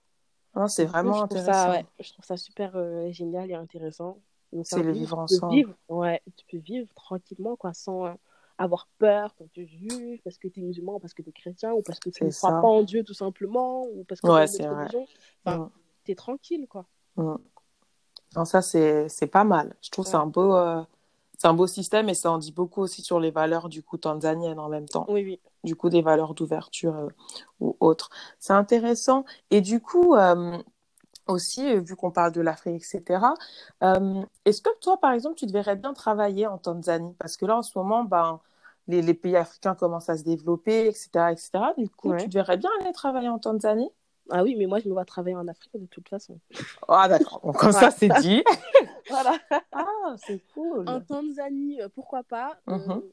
Non, c'est vraiment coup, je intéressant. Ça, ouais, je trouve ça super euh, génial et intéressant. Donc, c'est le vivre ensemble. Vivre, ouais, tu peux vivre tranquillement, quoi, sans euh, avoir peur qu'on te juge parce que tu es musulman, ou parce que tu es chrétien, ou parce que tu ne crois pas en Dieu, tout simplement, ou parce que ouais, tu as une autre religion. Enfin, mm. tu es tranquille, quoi. Mm. Non, ça, c'est, c'est pas mal. Je trouve que ouais. c'est un beau... Euh... C'est un beau système et ça en dit beaucoup aussi sur les valeurs du coup tanzaniennes en même temps. Oui, oui. Du coup, des valeurs d'ouverture euh, ou autres. C'est intéressant. Et du coup, euh, aussi, euh, vu qu'on parle de l'Afrique, et cetera, euh, est-ce que toi, par exemple, tu te verrais bien travailler en Tanzanie? Parce que là, en ce moment, ben, les, les pays africains commencent à se développer, et cetera, et cetera. Du coup, ouais. tu te verrais bien aller travailler en Tanzanie? Ah oui, mais moi, je me vois travailler en Afrique de toute façon. Ah d'accord, bon, comme ouais. ça, c'est dit. Voilà. Ah, c'est cool. En Tanzanie, pourquoi pas mm-hmm. euh,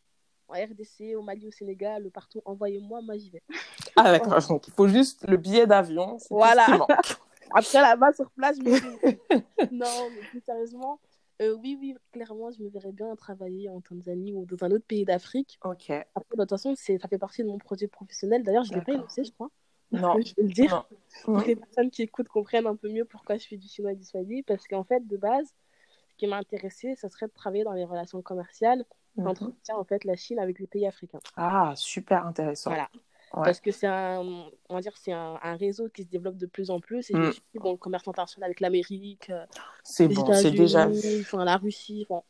En R D C, au Mali, au Sénégal, partout, envoyez-moi, moi, j'y vais. Ah d'accord, voilà. Donc il faut juste le billet d'avion, c'est voilà. tout ce qui manque. Après, là-bas, sur place, je me dis... Non, mais plus sérieusement, euh, oui, oui, clairement, je me verrais bien travailler en Tanzanie ou dans un autre pays d'Afrique. Ok. Après, de toute façon, c'est... ça fait partie de mon projet professionnel. D'ailleurs, je ne l'ai pas énoncé, je crois. Non. Je vais le dire. Non. Pour que les personnes qui écoutent comprennent un peu mieux pourquoi je fais du chinois et du swahili. Parce qu'en fait, de base, ce qui m'a intéressé, ce serait de travailler dans les relations commerciales mm-hmm. qu'entretient en fait la Chine avec les pays africains. Ah, super intéressant. Voilà. Ouais. Parce que c'est un, on va dire, c'est un, un réseau qui se développe de plus en plus. Et mm. je me suis dit, bon, le commerce international avec l'Amérique, c'est les bon, États-Unis, c'est déjà enfin, la Russie, bon,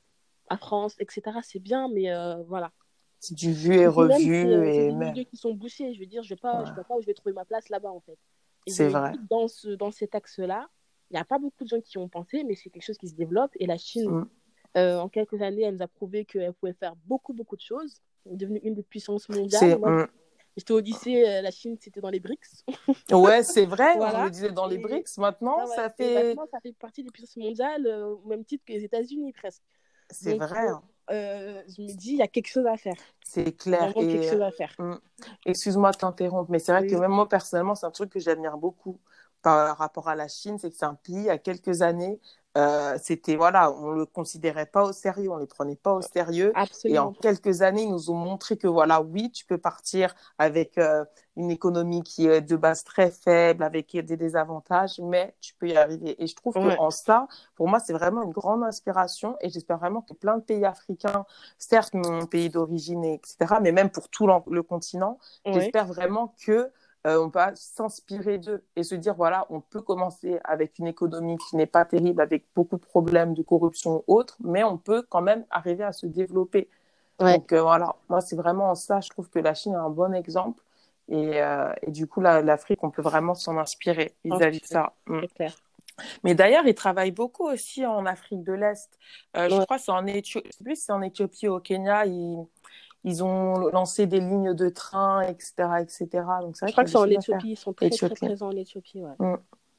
la France, et cetera. C'est bien, mais euh, voilà. C'est du vu et revu. Même, c'est, et c'est des même... milieux qui sont bouchés. Je veux dire, je ne ouais. vois pas où je vais trouver ma place là-bas, en fait. Et c'est vrai. Dit, dans, ce, dans cet axe-là, il n'y a pas beaucoup de gens qui y ont pensé, mais c'est quelque chose qui se développe. Et la Chine, mm. Euh, en quelques années, elle nous a prouvé qu'elle pouvait faire beaucoup, beaucoup de choses. Elle est devenue une des puissances mondiales. Moi, mm. j'étais au lycée, euh, la Chine, c'était dans les B R I C S. Ouais, c'est vrai, voilà. on le disait dans les B R I C S. Maintenant, ah ouais, ça fait... Maintenant, ça fait partie des puissances mondiales, euh, au même titre que les États-Unis, presque. C'est Donc, vrai. Hein. Euh, je me dis, il y a quelque chose à faire. C'est clair. Il y a et... quelque chose à faire. Mm. Excuse-moi de t'interrompre, mais c'est vrai oui. que même moi, personnellement, c'est un truc que j'admire beaucoup par rapport à la Chine, c'est que c'est un pays, il y a quelques années, euh, c'était, voilà, on ne le considérait pas au sérieux, on ne les prenait pas au sérieux. Absolument. Et en quelques années, ils nous ont montré que, voilà, oui, tu peux partir avec euh, une économie qui est de base très faible, avec des désavantages, mais tu peux y arriver. Et je trouve ouais. qu'en ça, pour moi, c'est vraiment une grande inspiration. Et j'espère vraiment que plein de pays africains, certes, mon pays d'origine, et cetera, mais même pour tout le continent, ouais. j'espère vraiment que Euh, on peut s'inspirer d'eux et se dire, voilà, on peut commencer avec une économie qui n'est pas terrible, avec beaucoup de problèmes de corruption ou autres, mais on peut quand même arriver à se développer. Ouais. Donc, euh, voilà, moi, c'est vraiment en ça, je trouve que la Chine est un bon exemple. Et, euh, et du coup, la, l'Afrique, on peut vraiment s'en inspirer vis-à-vis de ça. C'est mmh. clair. Mais d'ailleurs, ils travaillent beaucoup aussi en Afrique de l'Est. Euh, je ouais. crois que c'est en Éthiopie, je sais plus si c'est en Éthiopie ou au Kenya, ils... Ils ont lancé des lignes de train, et cetera, et cetera. Donc, c'est vrai je crois que c'est en Éthiopie. Ils sont très, Éthiopie. très présents en Éthiopie. Ouais. Mmh.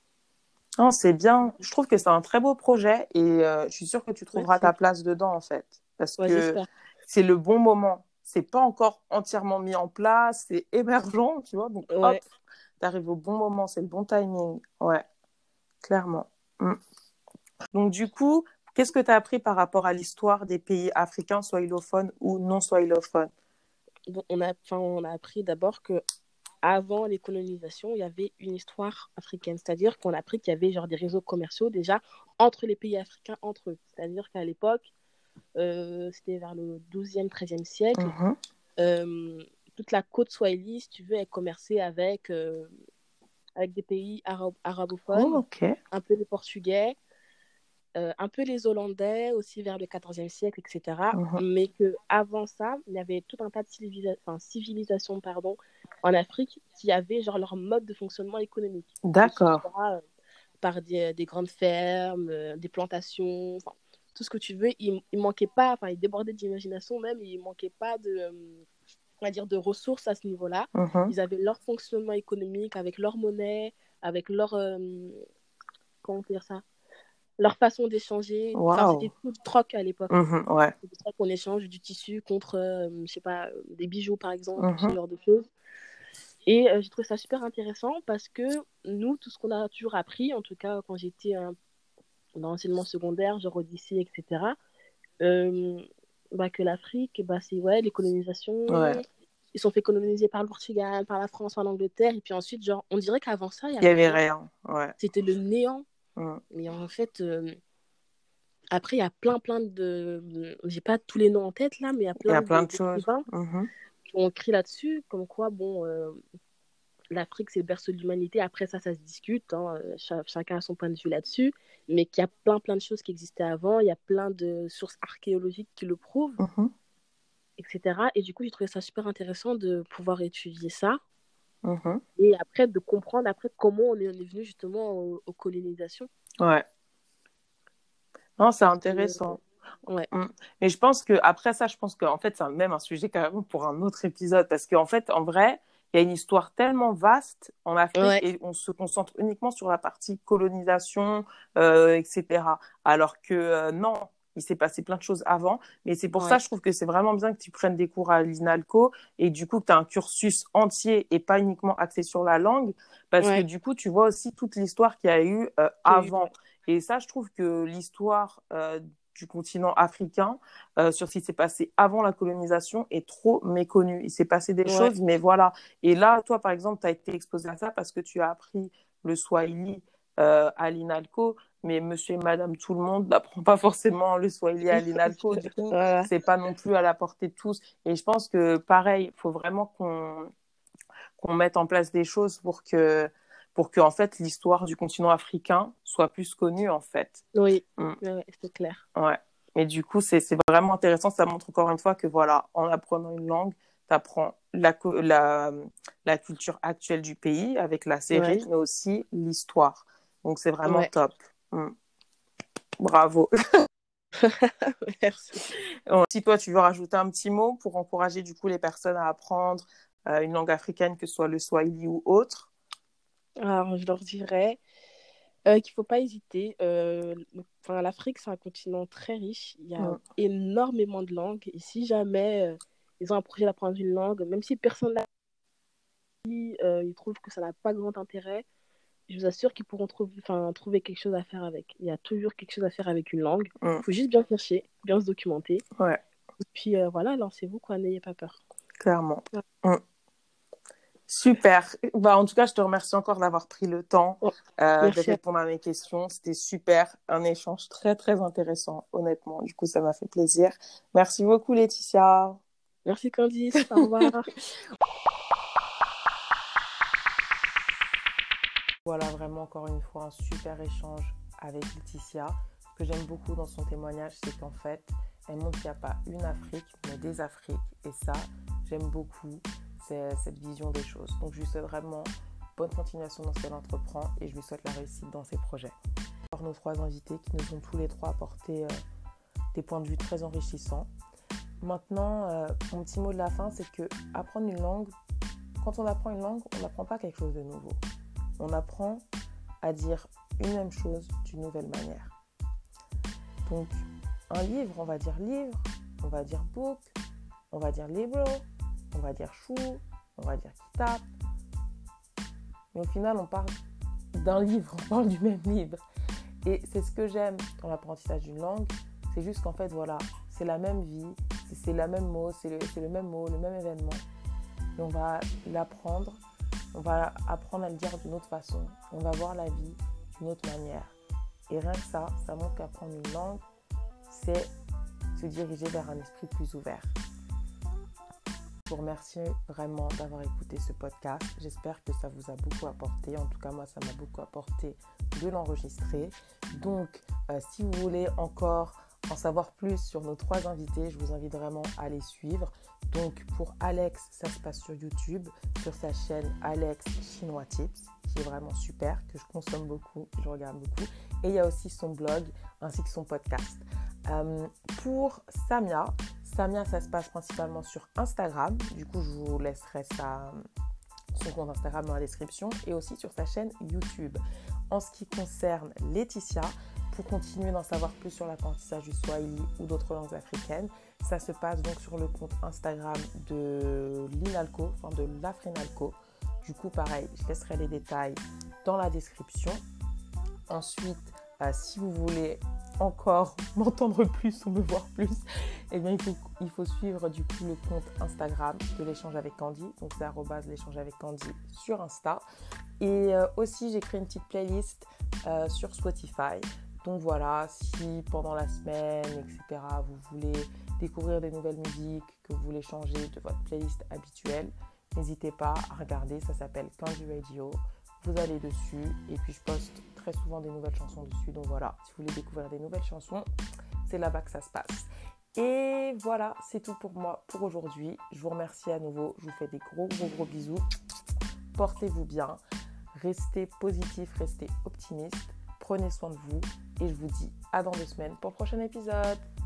Non, c'est bien. Je trouve que c'est un très beau projet et euh, je suis sûre que tu trouveras Merci. ta place dedans, en fait. Parce ouais, que j'espère. C'est le bon moment. C'est pas encore entièrement mis en place. C'est émergent, tu vois. Donc, ouais. hop, t'arrives au bon moment. C'est le bon timing. Ouais, clairement. Mmh. Donc, du coup... Qu'est-ce que tu as appris par rapport à l'histoire des pays africains, swahilophones ou non swahilophones ? Bon, on, a, on a appris d'abord qu'avant les colonisations, il y avait une histoire africaine. C'est-à-dire qu'on a appris qu'il y avait genre des réseaux commerciaux déjà entre les pays africains, entre eux. C'est-à-dire qu'à l'époque, euh, c'était vers le douzième, treizième siècle, mm-hmm. euh, toute la côte swahili, si tu veux, elle commerçait avec, euh, avec des pays arab- arabophones, oh, okay. un peu les Portugais, Euh, un peu les Hollandais aussi vers le quatorzième siècle, et cetera. Uh-huh. Mais qu'avant ça, il y avait tout un tas de civilisa- enfin, civilisations pardon, en Afrique qui avaient genre leur mode de fonctionnement économique. D'accord. Soit, euh, par des, des grandes fermes, euh, des plantations, tout ce que tu veux. Il ne manquait pas, enfin, il débordait d'imagination même, il ne manquait pas de, euh, on va dire, de ressources à ce niveau-là. Uh-huh. Ils avaient leur fonctionnement économique avec leur monnaie, avec leur... Euh, comment dire ça leur façon d'échanger, wow. enfin, c'était tout le troc à l'époque. Mmh, ouais. C'était du troc, on échange du tissu contre, euh, je sais pas, euh, des bijoux par exemple, mmh. ce genre de choses. Et euh, j'ai trouvé ça super intéressant parce que nous, tout ce qu'on a toujours appris, en tout cas quand j'étais euh, dans l'enseignement secondaire, genre au lycée, et cetera, euh, bah, que l'Afrique, bah, c'est ouais, les colonisations, ouais. ils sont fait coloniser par le Portugal, par la France, par l'Angleterre, et puis ensuite, genre, on dirait qu'avant ça, il y, y avait rien. Ouais. C'était le néant. Mmh. Mais en fait, euh, après, il y a plein, plein de... J'ai pas tous les noms en tête, là, mais il y a plein, y a plein de, de choses mmh. qui ont écrit là-dessus, comme quoi, bon, euh, l'Afrique, c'est le berceau de l'humanité. Après, ça, ça se discute. Hein, ch- chacun a son point de vue là-dessus. Mais qu'il y a plein, plein de choses qui existaient avant. Il y a plein de sources archéologiques qui le prouvent, mmh. et cetera. Et du coup, j'ai trouvé ça super intéressant de pouvoir étudier ça. Mmh. Et après, de comprendre après comment on est, on est venu justement aux, aux colonisations. Ouais. Non, c'est intéressant. Euh, ouais. Mmh. Mais je pense que après ça, je pense qu'en fait, c'est même un sujet carrément pour un autre épisode. Parce qu'en fait, en vrai, il y a une histoire tellement vaste en Afrique ouais. et on se concentre uniquement sur la partie colonisation, euh, et cetera. Alors que euh, non, il s'est passé plein de choses avant. Mais c'est pour ouais. ça, je trouve que c'est vraiment bien que tu prennes des cours à l'INALCO et du coup, que tu as un cursus entier et pas uniquement axé sur la langue. Parce ouais. que du coup, tu vois aussi toute l'histoire qu'il y a eu euh, avant. Ouais. Et ça, je trouve que l'histoire euh, du continent africain, euh, sur ce qui s'est passé avant la colonisation, est trop méconnue. Il s'est passé des ouais. choses, mais voilà. Et là, toi, par exemple, tu as été exposé à ça parce que tu as appris le swahili euh, à l'INALCO, mais monsieur et madame tout le monde n'apprend pas forcément le swahili à l'INALCO. Du coup, voilà. C'est pas non plus à la portée de tous. Et je pense que, pareil, il faut vraiment qu'on, qu'on mette en place des choses pour que pour que en fait l'histoire du continent africain soit plus connue en fait. Oui, mmh. ouais, c'est clair. Ouais. Et du coup, c'est c'est vraiment intéressant. Ça montre encore une fois que voilà, en apprenant une langue, tu apprends la, la la culture actuelle du pays avec la série, ouais. mais aussi l'histoire. Donc c'est vraiment ouais. top. Mmh. Bravo. Merci. Si toi, tu veux rajouter un petit mot pour encourager du coup les personnes à apprendre euh, une langue africaine, que ce soit le swahili ou autre. Alors, je leur dirais euh, qu'il ne faut pas hésiter. Euh, enfin, l'Afrique, c'est un continent très riche. Il y a mm. énormément de langues. Et si jamais euh, ils ont un projet d'apprendre une langue, même si personne l'a dit, euh, ils trouvent que ça n'a pas grand intérêt, je vous assure qu'ils pourront trouver, trouver quelque chose à faire avec. Il y a toujours quelque chose à faire avec une langue. Il mm. faut juste bien chercher, bien se documenter. Ouais. Et puis euh, voilà, lancez-vous, quoi, n'ayez pas peur. Clairement. Ouais. Mm. Super. Bah, en tout cas, je te remercie encore d'avoir pris le temps oh, euh, de répondre à mes questions. C'était super. Un échange très, très intéressant, honnêtement. Du coup, ça m'a fait plaisir. Merci beaucoup, Laetitia. Merci, Candice. Au revoir. Voilà, vraiment, encore une fois, un super échange avec Laetitia. Ce que j'aime beaucoup dans son témoignage, c'est qu'en fait, elle montre qu'il n'y a pas une Afrique, mais des Afriques. Et ça, j'aime beaucoup. C'est cette vision des choses. Donc, je lui souhaite vraiment bonne continuation dans ce qu'elle entreprend et je lui souhaite la réussite dans ses projets. Alors, nos trois invités qui nous ont tous les trois apporté euh, des points de vue très enrichissants. Maintenant, euh, mon petit mot de la fin, c'est que apprendre une langue, quand on apprend une langue, on n'apprend pas quelque chose de nouveau. On apprend à dire une même chose d'une nouvelle manière. Donc, un livre, on va dire livre, on va dire book, on va dire libro, on va dire chou, on va dire kitab. Mais au final, on parle d'un livre, on parle du même livre. Et c'est ce que j'aime dans l'apprentissage d'une langue. C'est juste qu'en fait, voilà, c'est la même vie, c'est, c'est la même mot, c'est le, c'est le même mot, le même événement. Et on va l'apprendre, on va apprendre à le dire d'une autre façon. On va voir la vie d'une autre manière. Et rien que ça, ça montre qu'apprendre une langue, c'est se diriger vers un esprit plus ouvert. Je vous remercie vraiment d'avoir écouté ce podcast. J'espère que ça vous a beaucoup apporté. En tout cas, moi, ça m'a beaucoup apporté de l'enregistrer. Donc, euh, si vous voulez encore en savoir plus sur nos trois invités, je vous invite vraiment à les suivre. Donc, pour Alex, ça se passe sur YouTube, sur sa chaîne Alex Chinois Tips, qui est vraiment super, que je consomme beaucoup, je regarde beaucoup. Et il y a aussi son blog, ainsi que son podcast. Euh, pour Samia, Samia, ça se passe principalement sur Instagram. Du coup, je vous laisserai sa, son compte Instagram dans la description et aussi sur sa chaîne YouTube. En ce qui concerne Laetitia, pour continuer d'en savoir plus sur l'apprentissage du Swahili ou d'autres langues africaines, ça se passe donc sur le compte Instagram de l'Inalco, enfin de l'Afrinalco. Du coup, pareil, je laisserai les détails dans la description. Ensuite, euh, si vous voulez encore m'entendre plus ou me voir plus, eh bien il faut, il faut suivre du coup le compte Instagram de l'échange avec Candy, donc c'est arobase l'échange avec Candy sur Insta. Et euh, aussi j'ai créé une petite playlist euh, sur Spotify. Donc voilà, si pendant la semaine, et cetera, vous voulez découvrir des nouvelles musiques, que vous voulez changer de votre playlist habituelle, n'hésitez pas à regarder, ça s'appelle Candy Radio. Vous allez dessus et puis je poste très souvent des nouvelles chansons dessus. Donc voilà, si vous voulez découvrir des nouvelles chansons, c'est là-bas que ça se passe. Et voilà, c'est tout pour moi pour aujourd'hui. Je vous remercie à nouveau. Je vous fais des gros, gros, gros bisous. Portez-vous bien. Restez positif, restez optimiste. Prenez soin de vous. Et je vous dis à dans deux semaines pour le prochain épisode.